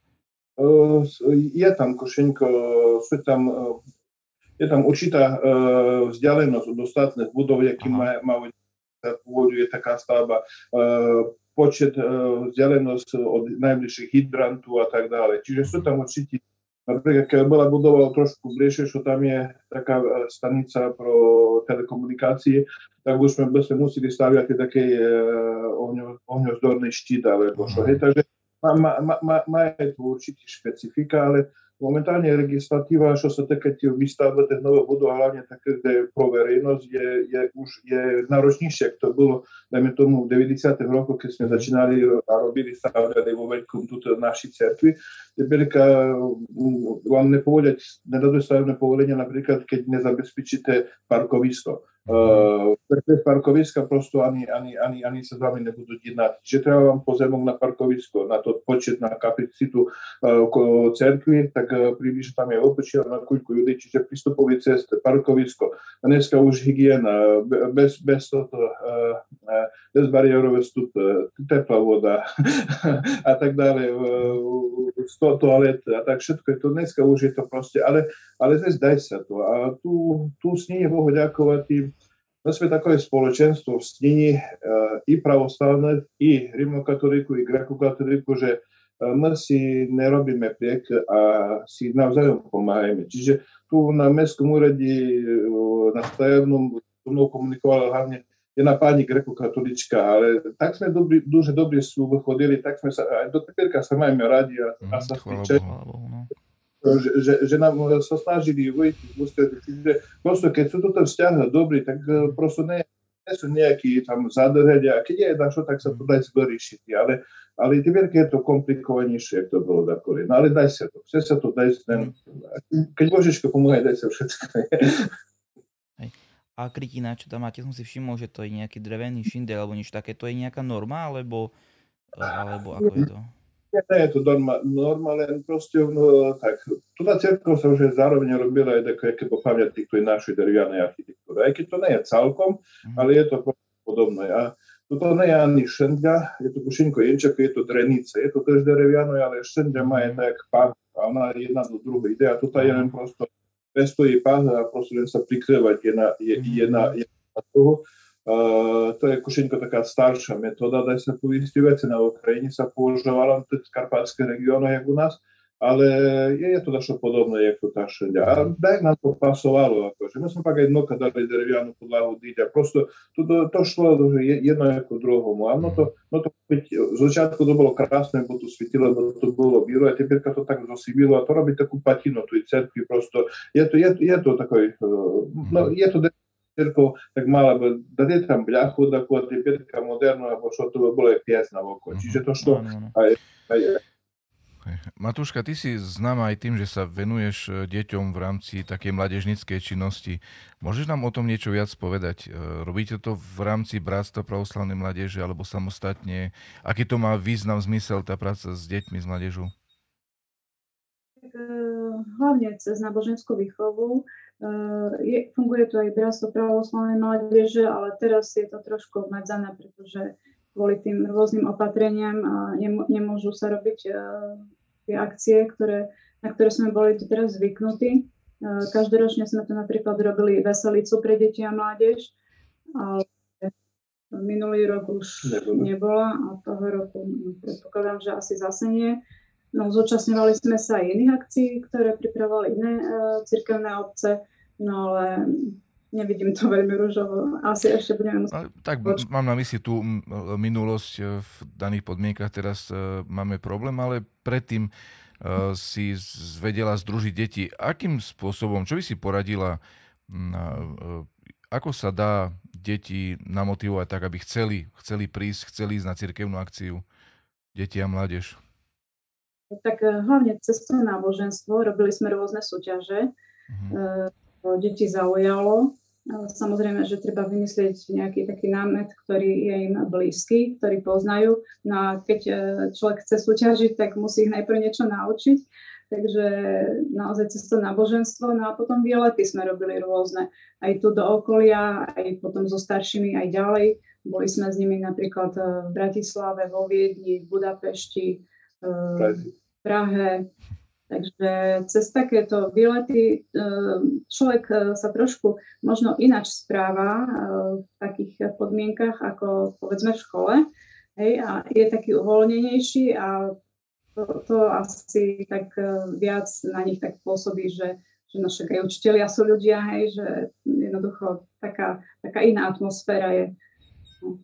Je tam košenko, sú tam, je tam určitá vzdialenosť od ostatných budov, aký majú pôvoduje taká stavba, počet vzdialenosť od najbližších hydrantov a tak ďalej. Čiže sú tam určite. Napríklad, keď bola budova trošku bližšie, čo tam je taká stanica pro telekomunikácie, tak už sme, sme museli staviať taký ohňo, ohňozdorný štít, alebo čo. Hej, takže má, má, má, má aj tu určitý špecifika, ale momentálne legislatíva, čo sa týka výstavby tých nových budov, hlavne také, kde pro verejnosť je, je už je náročnejšie, ako to bolo, dajme tomu, v deväťdesiatych rokoch, keď sme začínali a robili stavľali vo veľkom tuto našej cerkvi. Teďka vám nepovolať, nedadú stavebné povolenie, napríklad, keď nezabezpečíte parkovisko. Uh, parkoviska prosto ani, ani, ani, ani sa s vami nebudú jednať. Čiže treba vám pozemok na parkovisko, na to počet, na kapacitu uh, okolo cerkvy, tak uh, približne tam je opočíva na kuľku ľudí, čiže prístupový cest, parkovisko. A dneska už hygiena, bez, bez toto, uh, uh, bezbariérové vstup, uh, teplá voda a tak ďalej, uh, toalet a tak všetko je to. Dneska už je to proste, ale, ale zdaj sa to. A tu, tu sní je Bohu ďakovať tým. My sme takové spoločenstvo v snini e, i pravoslavné, i rimokatolíku, i grekokatolíku, že e, my si nerobíme priek a si navzájom pomáhajme. Čiže tu na mestskom úrade, e, na stavebnom, so mnou komunikovala hlavne jedna pani grekokatolička, ale tak sme dobrý, duže dobrý sluh chodili, tak sme sa, aj do teperka sa majme radi a, mm, a sa spíčali. Že, že, že nám sa snažili vyjsť v ústretí. Čiže prosto, keď sú toto vzťahy dobrý, tak prosto ne, sú nejakí tam zadržania, a keď je dačo, tak sa to dá vyriešiť, ale, ale tebierke je to komplikovanejšie, ako to bolo dakoli. No ale daj sa to, chce sa to, daj sa, keď Božičko pomôže, daj sa všetko. Hej. A krytina, čo tam máte, som si všimol, že to je nejaký drevený šindel, alebo niečo také, to je nejaká norma, alebo, alebo ako je to? Nie je to norma, norma, len proste, no, tak, tu na cerkov sa už zároveň robila aj také, aké po pamiatky tej našej derivanej architektúry. Aj keď to nie je celkom, mm. ale je to podobné. A toto nie je ani šendľa, je to kušinko jenčako, je to drenica. Je to tež derivané, ale šendľa má je tak pár, a ona jedna do druhej ide. A toto je len prosto, prestojí pár a prosto len sa prikrývať jedna, jedna, jedna na druhú. Uh, to je kušenko taká staršia metóda, daj sa povieť, veci na Ukrajine sa používala, v karpátskej regióne, jak u nás, ale je, je to dašo podobné, jak to tá šeľa. A tak nám to pasovalo, akože. My sme pak aj dnoka dali derevianu podlahu dýť a prosto to, to, to šlo že jedno ako druhomu. A no to, no to z začiatku to bolo krásne, bo to svítilo, bo to bolo bílo, a teďka to tak zosivilo a to robí takú patinu tu cerkvi, prosto. Je to, je, je to takoj, no je to cerkov, tak mala by dať tam bľachu, takú typierka modernú, alebo čo to by bolo aj piesna v oko. Čiže to šlo aj, aj... Matúška, ty si známa aj tým, že sa venuješ deťom v rámci takej mládežníckej činnosti. Môžeš nám o tom niečo viac povedať? Robíte to v rámci Bratstva pravoslavnej mládeže alebo samostatne? Aký to má význam, zmysel tá práca s deťmi, s mládežou? Tak, hlavne cez náboženskú výchovu. Je, funguje to aj Bratstvo pravoslavnej mládeže, ale teraz je to trošku obmedzené, pretože kvôli tým rôznym opatreniam nemôžu sa robiť tie akcie, ktoré, na ktoré sme boli teraz zvyknutí. Každoročne sme to napríklad robili veselicu pre deti a mládež, ale minulý rok už nebola a toho roku predpokladám, že asi zase nie. No, zúčastňovali sme sa aj iných akcií, ktoré pripravovali iné uh, cirkevné obce, no ale nevidím to veľmi ružovo. Asi ešte budeme musieť... Tak počuť. Mám na mysli tú minulosť v daných podmienkach, teraz uh, máme problém, ale predtým uh, si vedela združiť deti. Akým spôsobom, čo by si poradila, uh, uh, ako sa dá deti namotivovať tak, aby chceli, chceli prísť, chceli ísť na cirkevnú akciu, deti a mládež? Tak hlavne cez to náboženstvo robili sme rôzne súťaže. Uh-huh. Deti zaujalo. Samozrejme, že treba vymyslieť nejaký taký námet, ktorý je im blízky, ktorý poznajú. No a keď človek chce súťažiť, tak musí ich najprv niečo naučiť. Takže naozaj cez to náboženstvo. No a potom výlety sme robili rôzne. Aj tu do okolia, aj potom so staršími, aj ďalej. Boli sme s nimi napríklad v Bratislave, vo Viedni, v Budapešti, v Prahe. Takže cez takéto výlety človek sa trošku možno ináč správa v takých podmienkach ako povedzme v škole. Hej, a je taký uvoľnenejší a to, to asi tak viac na nich tak pôsobí, že, že no však aj učitelia sú ľudia, hej, že jednoducho taká, taká iná atmosféra je. No.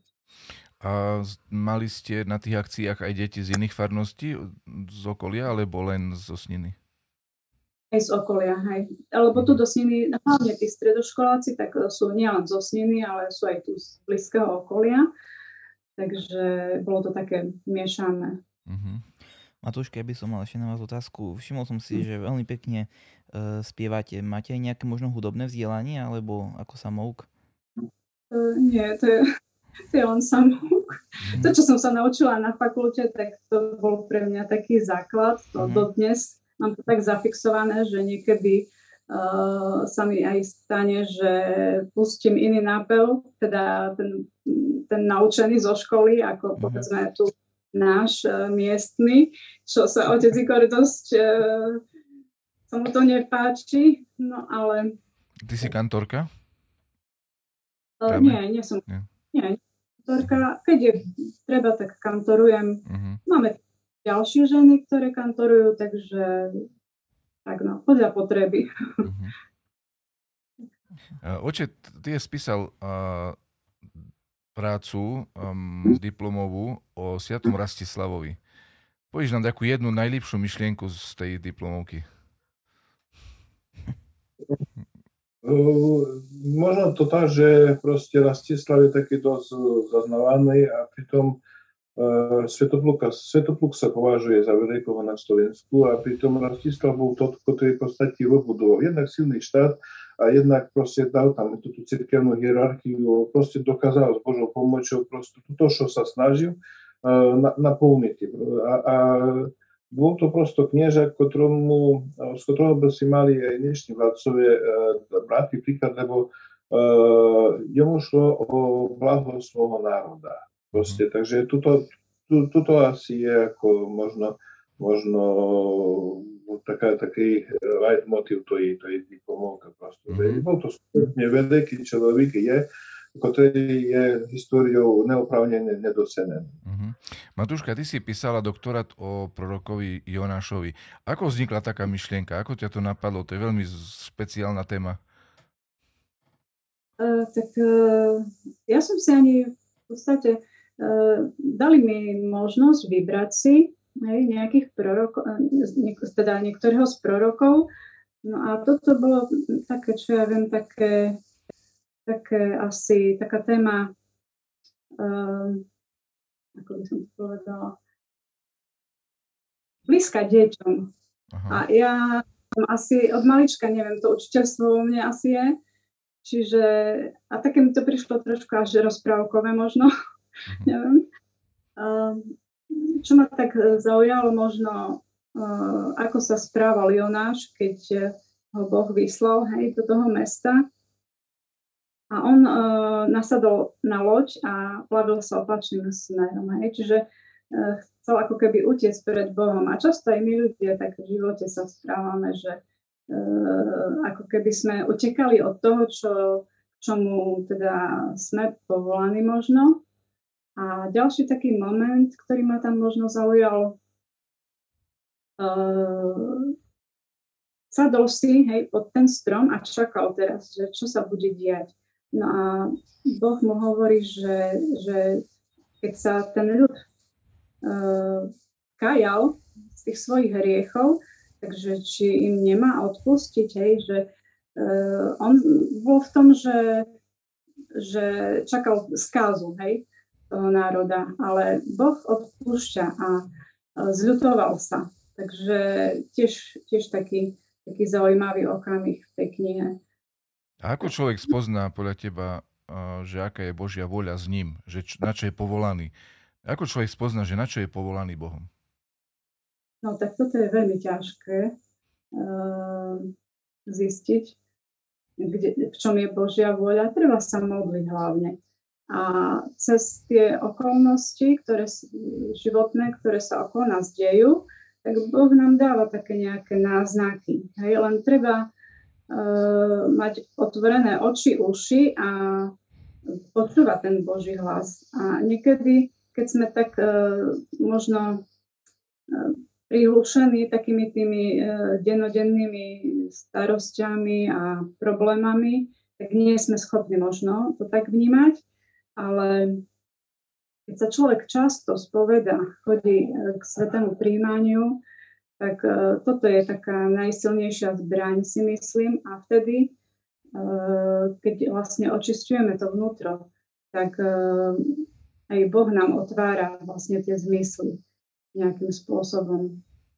A mali ste na tých akciách aj deti z iných farností, z okolia, alebo len zo Sniny? Aj z okolia, hej. Alebo tu do Sniny, hlavne tí stredoškoláci, tak sú nielen zo Sniny, ale sú aj tu z blízkeho okolia. Takže bolo to také miešané. Uh-huh. Matúška, ja by som mal ešte na vás otázku. Všimol som si, že veľmi pekne uh, spievate. Máte aj nejaké možno hudobné vzdelanie, alebo ako samouk? Uh, nie, to je... To je len samouk. To, čo som sa naučila na fakulte, tak to bol pre mňa taký základ. To uh-huh. dodnes mám to tak zafixované, že niekedy uh, sa mi aj stane, že pustím iný nápev, teda ten, ten naučený zo školy, ako uh-huh. povedzme tu náš uh, miestny, čo sa otec Igor dosť uh, sa mu to nepáči, no ale... Ty si kantorka? Uh, nie, nie som... Nie. Nie, kantorka, keď je treba, tak kantorujem. Uh-huh. Máme ďalšie ženy, ktoré kantorujú, takže tak no, podľa potreby. Uh-huh. Oče, ty je spísal uh, prácu um, diplomovú o Sviatom Rastislavovi. Povieš nám takú jednu najlepšiu myšlienku z tej diplomovky. Uh, možno to tak, že proste Rastislav je taký dosť zaznávaný a pritom uh, Svetopluk, Svetopluk sa považuje za veľkého na Slovensku a pritom Rastislav bol to, ktorý v podstate vybudoval jednak silný štát a jednak proste dal tam tú cirkevnú hierarchiu, proste dokázal s Božou pomocou proste to, čo sa snažil uh, na, naplniť. A, a bol to prosto knieža, ktorému, z ktorého by si mali aj dnešní vládcovia e, brať príklad, lebo e, jemu šlo o blaho svojho národa. Proste, takže tuto, tu, tuto asi je ako možno, možno taká, taký leitmotiv tej, tej diplomovka. Mm-hmm. Bol to skutočne veľký človek, je, ktorý je históriou neoprávnene nedocenený. Uh-huh. Matúška, ty si písala doktorát o prorokovi Jonášovi. Ako vznikla taká myšlienka? Ako ťa to napadlo? To je veľmi špeciálna téma. Uh, tak uh, ja som si ani v podstate uh, dali mi možnosť vybrať si hej, nejakých prorokov, niek- teda niektorého z prorokov. No a toto bolo také, čo ja viem, také také asi, taká téma, uh, ako by som to povedala, blízka deťom. Aha. A ja asi od malička, neviem, to učiteľstvo vo mne asi je, čiže, a také mi to prišlo trošku až rozprávkové možno, uh-huh. neviem. Uh, čo ma tak zaujalo možno, uh, ako sa správal Jonáš, keď ho Boh vyslal, hej, do toho mesta. A on uh, nasadol na loď a plavil sa opačným smerom. Hej. Čiže uh, chcel ako keby utiec pred Bohom. A často aj my ľudia tak v živote sa správame, že uh, ako keby sme utekali od toho, čo, čomu teda sme povolaní možno. A ďalší taký moment, ktorý ma tam možno zaujal, uh, sadol si hej, pod ten strom a čakal teraz, že čo sa bude diať. No a Boh mu hovorí, že, že keď sa ten ľud uh, kajal z tých svojich hriechov, takže či im nemá odpustiť, hej, že uh, on bol v tom, že, že čakal skázu, hej, toho národa, ale Boh odpúšťa a uh, zľutoval sa. Takže tiež, tiež taký, taký zaujímavý okamih v tej knihe. A ako človek spozná podľa teba, že aká je Božia vôľa s ním, že na čo je povolaný? Ako človek spozná, že na čo je povolaný Bohom? No tak toto je veľmi ťažké uh, zistiť, kde, v čom je Božia vôľa. Treba sa modliť hlavne. A cez tie okolnosti, ktoré, životné, ktoré sa okolo nás dejú, tak Boh nám dáva také nejaké náznaky. Hej? Len treba Uh, mať otvorené oči, uši a počúvať ten Boží hlas. A niekedy, keď sme tak uh, možno uh, prihlušení takými tými uh, dennodennými starostiami a problémami, tak nie sme schopní možno to tak vnímať, ale keď sa človek často spovedá, chodí uh, k svätému prijímaniu, tak uh, toto je taká najsilnejšia zbraň, si myslím. A vtedy, uh, keď vlastne očisťujeme to vnútro, tak uh, aj Boh nám otvára vlastne tie zmysly nejakým spôsobom.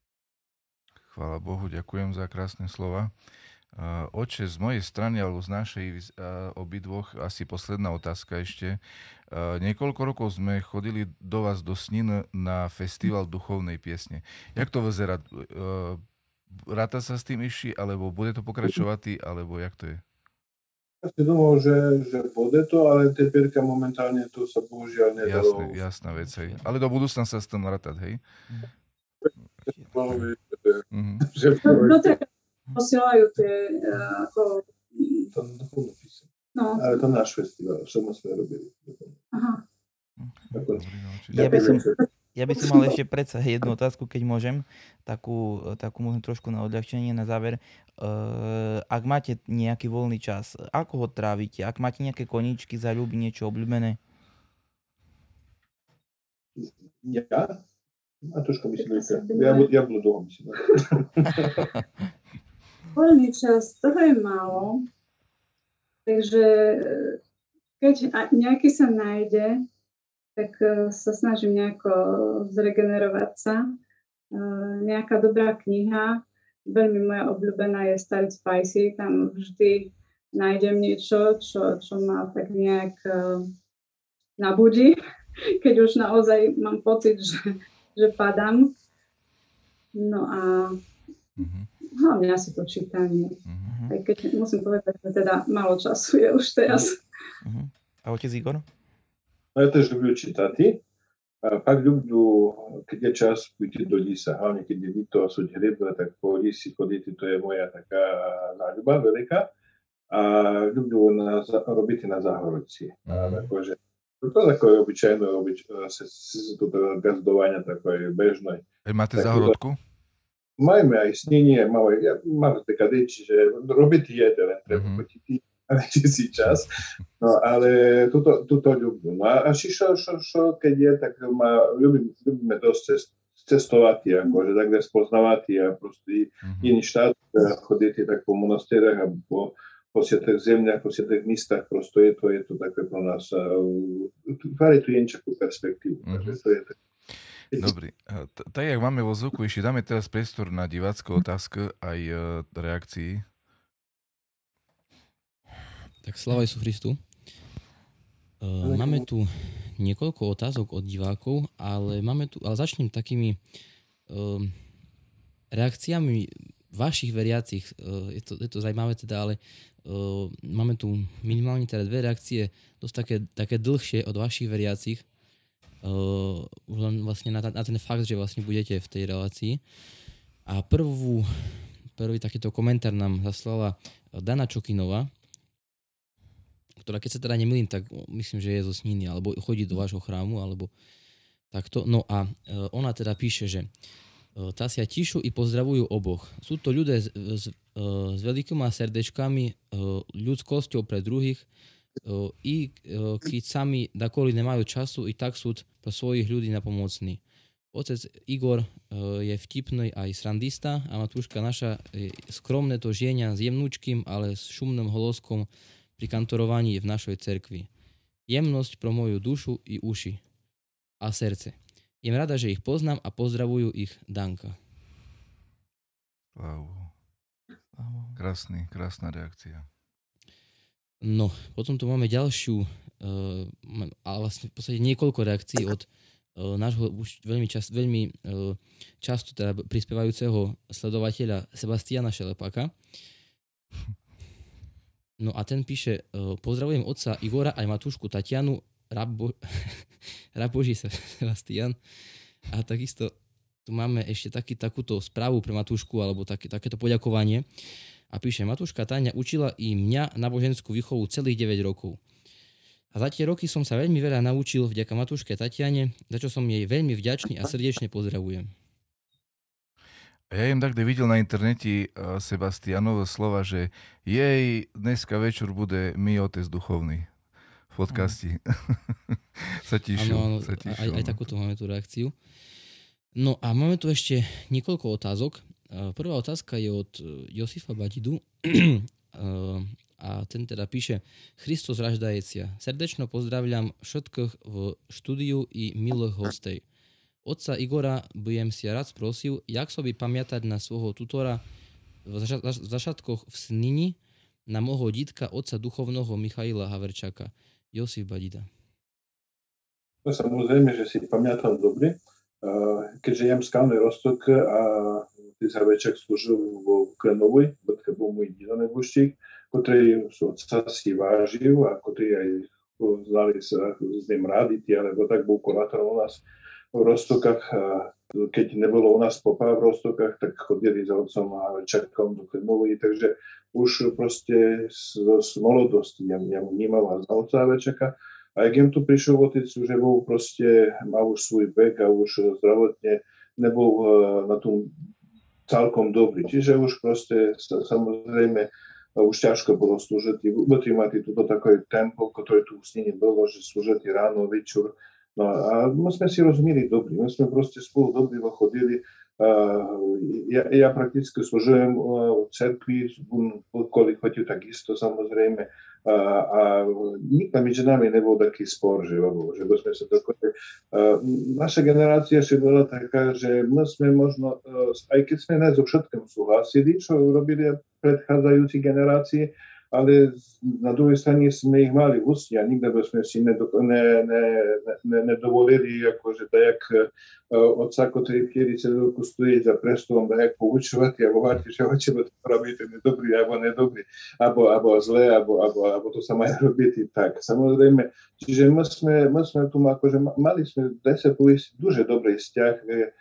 Chvála Bohu, ďakujem za krásne slova. Uh, Oče, z mojej strany, alebo z našej uh, obidvoch, asi posledná otázka ešte. Uh, niekoľko rokov sme chodili do vás do Snín na festival duchovnej piesne. Jak to vyzerá? Uh, ráta sa s tým ešte, alebo bude to pokračovať, alebo jak to je? Ja si думал, že, že bude to, ale teperka momentálne to sa bohužiaľ nedalo. Jasné, jasná vec, hej. Ale do budúcna sa s tým rátať, hej? Mm. Posielajú tie uh, ako... To duchovnú písem. No. Ale to náš festival, čo sme robili. Aha. Ja by som, ja by som mal ešte predsa jednu otázku, keď môžem, takú, takú možno trošku na odľahčenie na záver. Uh, ak máte nejaký voľný čas, ako ho trávite? Ak máte nejaké koníčky, zaľúbi, niečo obľúbené? Ja? A trošku myslíte. Ja, ja budu dlho myslím. Voľný čas, toho je málo. Takže keď nejaký sa nájde, tak sa snažím nejako zregenerovať sa. Nejaká dobrá kniha, veľmi moja obľúbená je Start Spicy, tam vždy nájdem niečo, čo, čo ma tak nejak nabudí, keď už naozaj mám pocit, že, že padám. No a mm-hmm. hlavne asi to čítanie. Mm-hmm. Aj keď musím povedať, že teda málo času je už teraz. Mm-hmm. A otec Igor? No ja też lubię czytati. A pak lubię, kiedy czas pójść do lisa, hlavne kiedy lito sú hryby, tak po lisi choditi, to je moja taká záľuba veľká. A lubię na, robiť na záhorodci. Mm-hmm. Takže to je také obyčajné, obyčajné gazdovanie také bežné. Máte záhorodku? Máme aj snenie, máme, ja mám také deči, že robiť jede, len treba mm-hmm. potiť a nechci si čas. No ale tuto, tuto ľubím. No a šišo, šo, šo, keď je, tak ma, ľubím, ľubíme dosť cest, cestovať, akože takhle spoznávať a proste mm-hmm. iný štát, chodíte tak po monastérach a po, po sietých zemľach, po sietých místach, proste je to, je to také pro nás, tvári tu jenčakú perspektívu. Mm-hmm. Takže to je tak. Dobrý. Tak, jak máme vo zvuku, ešte dáme teraz priestor na divácku otázku aj reakcií. Tak sláva Ježišu Christu. Máme tu niekoľko otázok od divákov, ale máme tu, ale začnem takými um, reakciami vašich veriacich. Uh, je, to, je to zaujímavé teda, ale uh, máme tu minimálne teda dve reakcie, dosť také, také dlhšie od vašich veriacich. Uh, už len vlastne na, na ten fakt, že vlastne budete v tej relácii. A prvú, prvý takýto komentár nám zaslala Dana Čokinová, ktorá, keď sa teda nemýlim, tak myslím, že je zo Sniny, alebo chodí do vášho chrámu, alebo takto. No a ona teda píše, že tá si tišu i pozdravujú oboch. Sú to ľudia s, s, s veľkými srdečkami, ľudskosťou pre druhých, i keď sami dakoli nemajú času, i tak sú pre svojich ľudí napomocní. Otec Igor je vtipný aj srandista a Matúška naša skromné to žienia s jemnúčkým, ale s šumným holoskom pri kantorovaní v našej cerkvi. Jemnosť pro moju dušu i uši a srdce. Jem rada, že ich poznám a pozdravujú ich Danka. Wow. Krásny, krásna reakcia. No, potom tu máme ďalšiu, uh, ale vlastne v podstate niekoľko reakcií od uh, nášho už veľmi, čas, veľmi uh, často teda prispievajúceho sledovateľa Sebastiana Šelepaka. No a ten píše, uh, pozdravujem otca Igora aj Matúšku Tatianu, rab, Bo- rab Boží Sebastian. A takisto tu máme ešte taký, takúto správu pre Matúšku, alebo také, takéto poďakovanie. A píše, Matúška Táňa učila i mňa náboženskú výchovu celých deväť rokov. A za tie roky som sa veľmi veľa naučil vďaka Matúške Tatiane, za čo som jej veľmi vďačný a srdečne pozdravujem. Ja jem takde videl na internete Sebastianovo slova, že jej dneska večer bude mi otec duchovný v podcasti. sa tišil. Áno, áno, sa tišil, aj, aj takúto máme tú reakciu. No a máme tu ešte niekoľko otázok. Prvá otázka je od Josifa Badidu a ten teda píše Christos raždajecia. Srdečno pozdravľam všetkých v štúdiu i milých hostej. Otca Igora budem si rád sprosil, jak sobi pamiatať na svojho tutora v zašatkoch v Snini, na môjho dítka otca duchovného Michaila Haverčaka. Josif Badida. No samozrejme, že si pamätám dobre, keďže jem skalný Roztok a ty Haverčak slúžil vo Klenovej, to bol môj dído neboštík, ktorý otca si vážil a ktorý aj znali sa s ním ráditi, alebo tak bol kurátorom u nás v Roztokách. Keď nebolo u nás popa v Roztokách, tak chodili za otcom Haverčakom do Klenovej, takže už proste z, z mladosti ja, ja vnímal za otca Haverčaka. A jak jem tu prišiel otec, že bol proste, mal už svoj vek a už zdravotne nebol uh, na tom celkom dobrý. Čiže už proste samozrejme uh, už ťažko bolo slúžiť. Budete mať toto také tempo, ktoré tu v Snine bolo, že slúžiť ráno, večer. No a my sme si rozumeli dobrý. My sme proste spolu dobrý chodili. ja, ja prakticky služujem v cerkvi, kolik chodil takisto samozrejme. A, a nikto medzi nami nebol taký spor, že, že by sme sa dokonali. Naša generácia ešte bola taká, že my sme možno, aj keď sme ne so všetkým súhlasili, čo robili predchádzajúci generácie, ale na druhej strane sme ich mali v ústí a nikdy by sme si nedovolili ne, ne, ne, ne akože tak, otca, ktorý kedy celú roku stojí za prestolom, tak poučovať a hovoriť, že hoďte to robíte nedobrý, alebo nedobrý, alebo, alebo zlé, alebo, alebo, alebo to sa majú robiť tak. Samozrejme, čiže my sme, my sme tu, akože mali sme, daj sa povedať, дуже dobrý vzťah,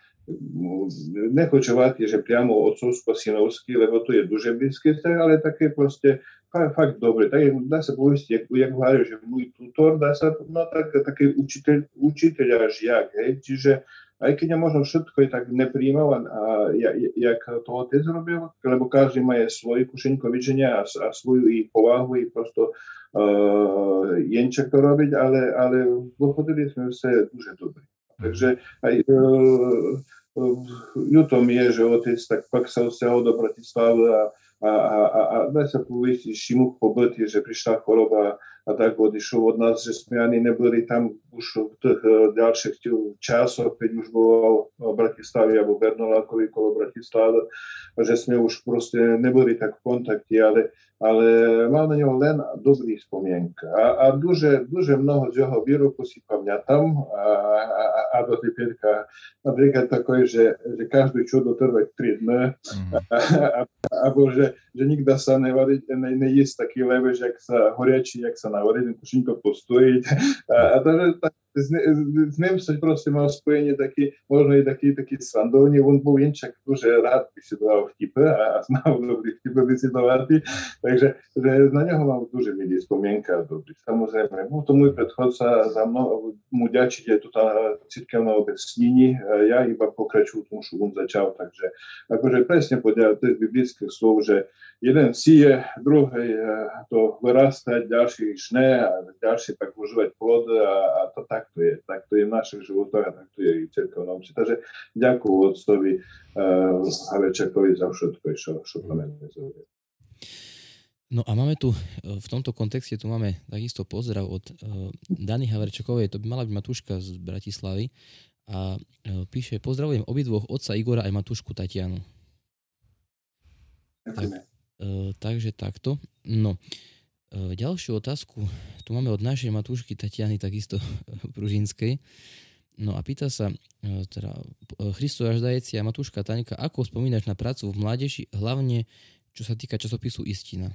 nechočovať, že priamo otcovsko-synovský, lebo to je дуже blízky vzťah, ale také proste fakt dobre. Tak dá sa povedať, jak, jak hovorí, že môj tutor, dá sa, no tak, taký učiteľ, učiteľ a žiak, hej, čiže aj keď ja možno všetko je tak nepríjmal, a ja, jak to otec robil, lebo každý má svoj kušeňko videnia a, a svoju i povahu i prosto uh, jenčak to robiť, ale, ale pochodili sme sa дуже dobre. Takže aj uh, ľutom je, že otec tak pak sa odstiahol do Bratislavy a a, a, a, a daj sa povedať, že mu pobyt je, že prišla choroba a tak odišol od nás, že sme ani neboli tam už v tých ďalších časoch, keď už bol v Bratislavi alebo Bernolákovi kolo Bratislavy, že sme už proste neboli tak v kontakte, ale, ale mal na neho len dobrý spomienka. A, a duže, duže mnoho z jeho výroku si pamätám a, a, a do typierka napríklad takové, že, že každý čudo trvať tri dny, alebo že, že nikda sa nevarí, ne, nejísť taký levež, jak sa horiačí, jak sa navarí, kušinko postojiť. A, a to, že tak, z, z ním som proste mal spojenie taký, možno i taký, taký srandovný, on bol jenčak duže rád by si dal vtipe a, a znal dobrý vtipe by si dováti, takže že na neho mám duže milý spomienka dobrý. Samozrejme, bol to môj predchodca, za mnou mu ďačiť je tu tá cirkevná obec Snini, ja iba pokračujem tomu, čo on začal, takže akože presne podľa tých biblických slov, že jeden sije, druhý to vyrastať, ďalší žne a ďalší pak užívať plod a, a to takto je. Takto je v našich životoch a takto je i v cirkevnom. Takže ďakujem otcovi uh, Haverčakovi za všetko, čo, čo pamätne zaujímavé. No a máme tu, v tomto kontexte tu máme takisto pozdrav od uh, Dany Haverčakovej, to by mala byť Matúška z Bratislavy a uh, píše: pozdravujem obidvoch, otca Igora aj Matúšku Tatianu. Tak, uh, takže takto. No, uh, ďalšiu otázku tu máme od našej Matúšky Tatiany, takisto Pružinskej. No a pýta sa, uh, teda uh, Christo Jaždajeci a Matúška Taňka, ako spomínaš na prácu v mládeži, hlavne čo sa týka časopisu Istina?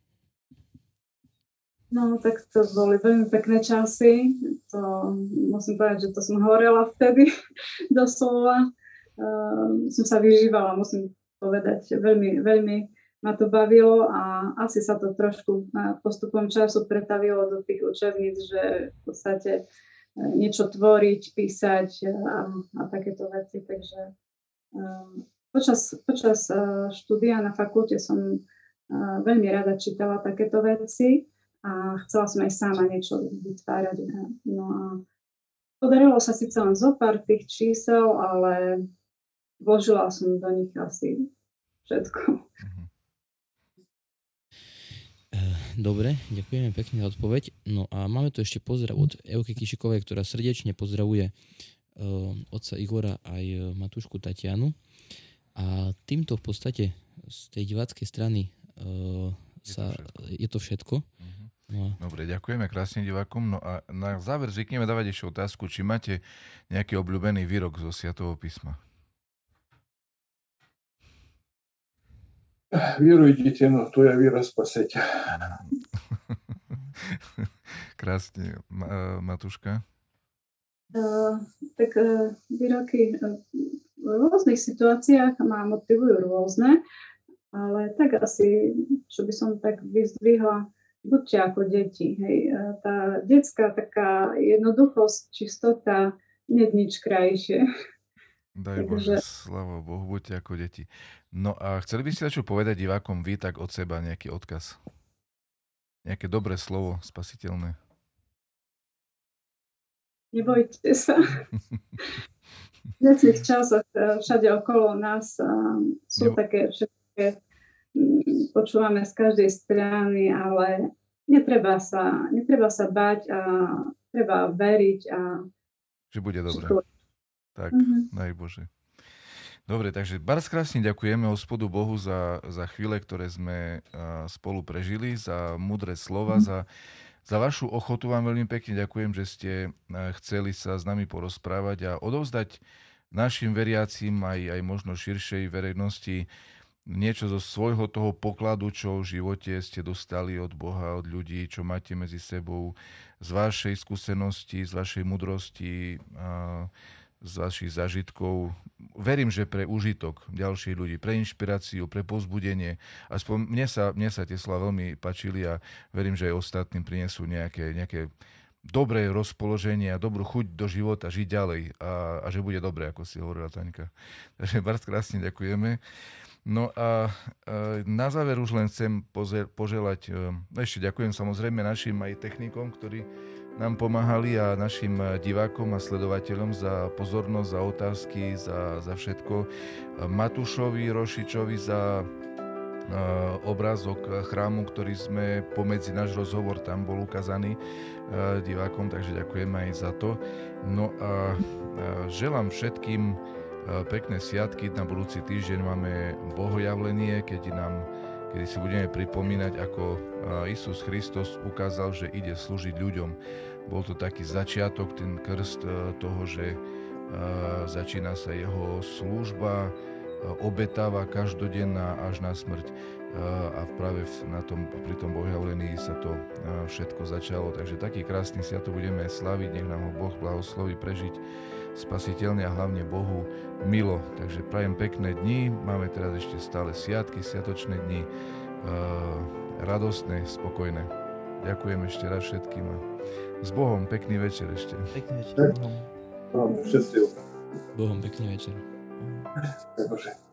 No, tak to boli veľmi pekné časy. To musím povedať, že to som horela vtedy doslova. Uh, som sa vyžívala, musím povedať, veľmi, veľmi ma to bavilo a asi sa to trošku postupom času pretavilo do tých učebníc, že v podstate niečo tvoriť, písať a, a takéto veci. Takže uh, počas, počas uh, štúdia na fakulte som uh, veľmi rada čítala takéto veci a chcela som aj sama niečo vytvárať. No a podarilo sa síce len zo pár tých čísel, ale vložila som do nich asi všetko. Dobre, ďakujeme pekne za odpoveď. No a máme tu ešte pozdrav od Evky Kišikovej, ktorá srdečne pozdravuje uh, otca Igora aj Matúšku Tatianu. A týmto v podstate z tej diváckej strany uh, sa, je to všetko. Je to všetko. No. Dobre, ďakujeme krásne divákom. No a na záver zvykneme dávať ešte otázku, či máte nejaký obľúbený výrok zo Svätého písma. Vierujte, no to je víra spaseť. Krásne. Matúška? Uh, tak uh, výroky uh, v rôznych situáciách ma motivujú rôzne, ale tak asi, čo by som tak vyzdvihla, buďte ako deti. Hej. Tá detská taká jednoduchosť, čistota, nie je nič krajšie. Daj Bože, sláva Bohu, buďte ako deti. No a chceli by ste čo povedať divákom vy tak od seba, nejaký odkaz? Nejaké dobré slovo, spasiteľné? Nebojte sa. v dnešných časoch e, všade okolo nás e, sú Jo. také všetké, mm, počúvame z každej strany, ale netreba sa, netreba sa bať a treba veriť a Že bude dobre. všetko. Tak, Mhm. daj Bože. Dobre, takže bardzo krásne ďakujeme Hospodu Bohu za, za chvíle, ktoré sme a, spolu prežili, za múdre slova, za, za vašu ochotu. Vám veľmi pekne ďakujem, že ste a, chceli sa s nami porozprávať a odovzdať našim veriacim aj, aj možno širšej verejnosti niečo zo svojho toho pokladu, čo v živote ste dostali od Boha, od ľudí, čo máte medzi sebou, z vašej skúsenosti, z vašej mudrosti, a, z vašich zážitkov. Verím, že pre užitok ďalších ľudí, pre inšpiráciu, pre povzbudenie. Aspoň mne sa, mne sa tie slova veľmi páčili a verím, že aj ostatným prinesú nejaké, nejaké dobré rozpoloženie a dobrú chuť do života, žiť ďalej a, a že bude dobre, ako si hovorila Taňka. Takže bardzo krásne ďakujeme. No a na záver už len chcem poželať, ešte ďakujem samozrejme našim aj technikom, ktorí nám pomáhali a našim divákom a sledovateľom za pozornosť, za otázky, za, za všetko. Matúšovi Rošičovi za obrázok chrámu, ktorý sme pomedzi náš rozhovor tam bol ukázaný divákom, takže ďakujem aj za to. No a želám všetkým pekné sviatky. Na budúci týždeň máme bohojavlenie, keď nám, kedy si budeme pripomínať, ako Isus Kristus ukázal, že ide slúžiť ľuďom. Bol to taký začiatok, ten krst toho, že začína sa jeho služba, obetáva každodenná až na smrť. A práve na tom, pri tom bohojavlení sa to všetko začalo. Takže taký krásny sviatok budeme slaviť, nech nám ho Boh blahosloví prežiť spasiteľne a hlavne Bohu milo. Takže prajem pekné dni, máme teraz ešte stále sviatky, sviatočné dni, radostné, spokojné. Ďakujem ešte raz všetkým a s Bohom pekný večer ešte. Pekný večer. Vám všetci. Bohom pekný večer. Ďakujem.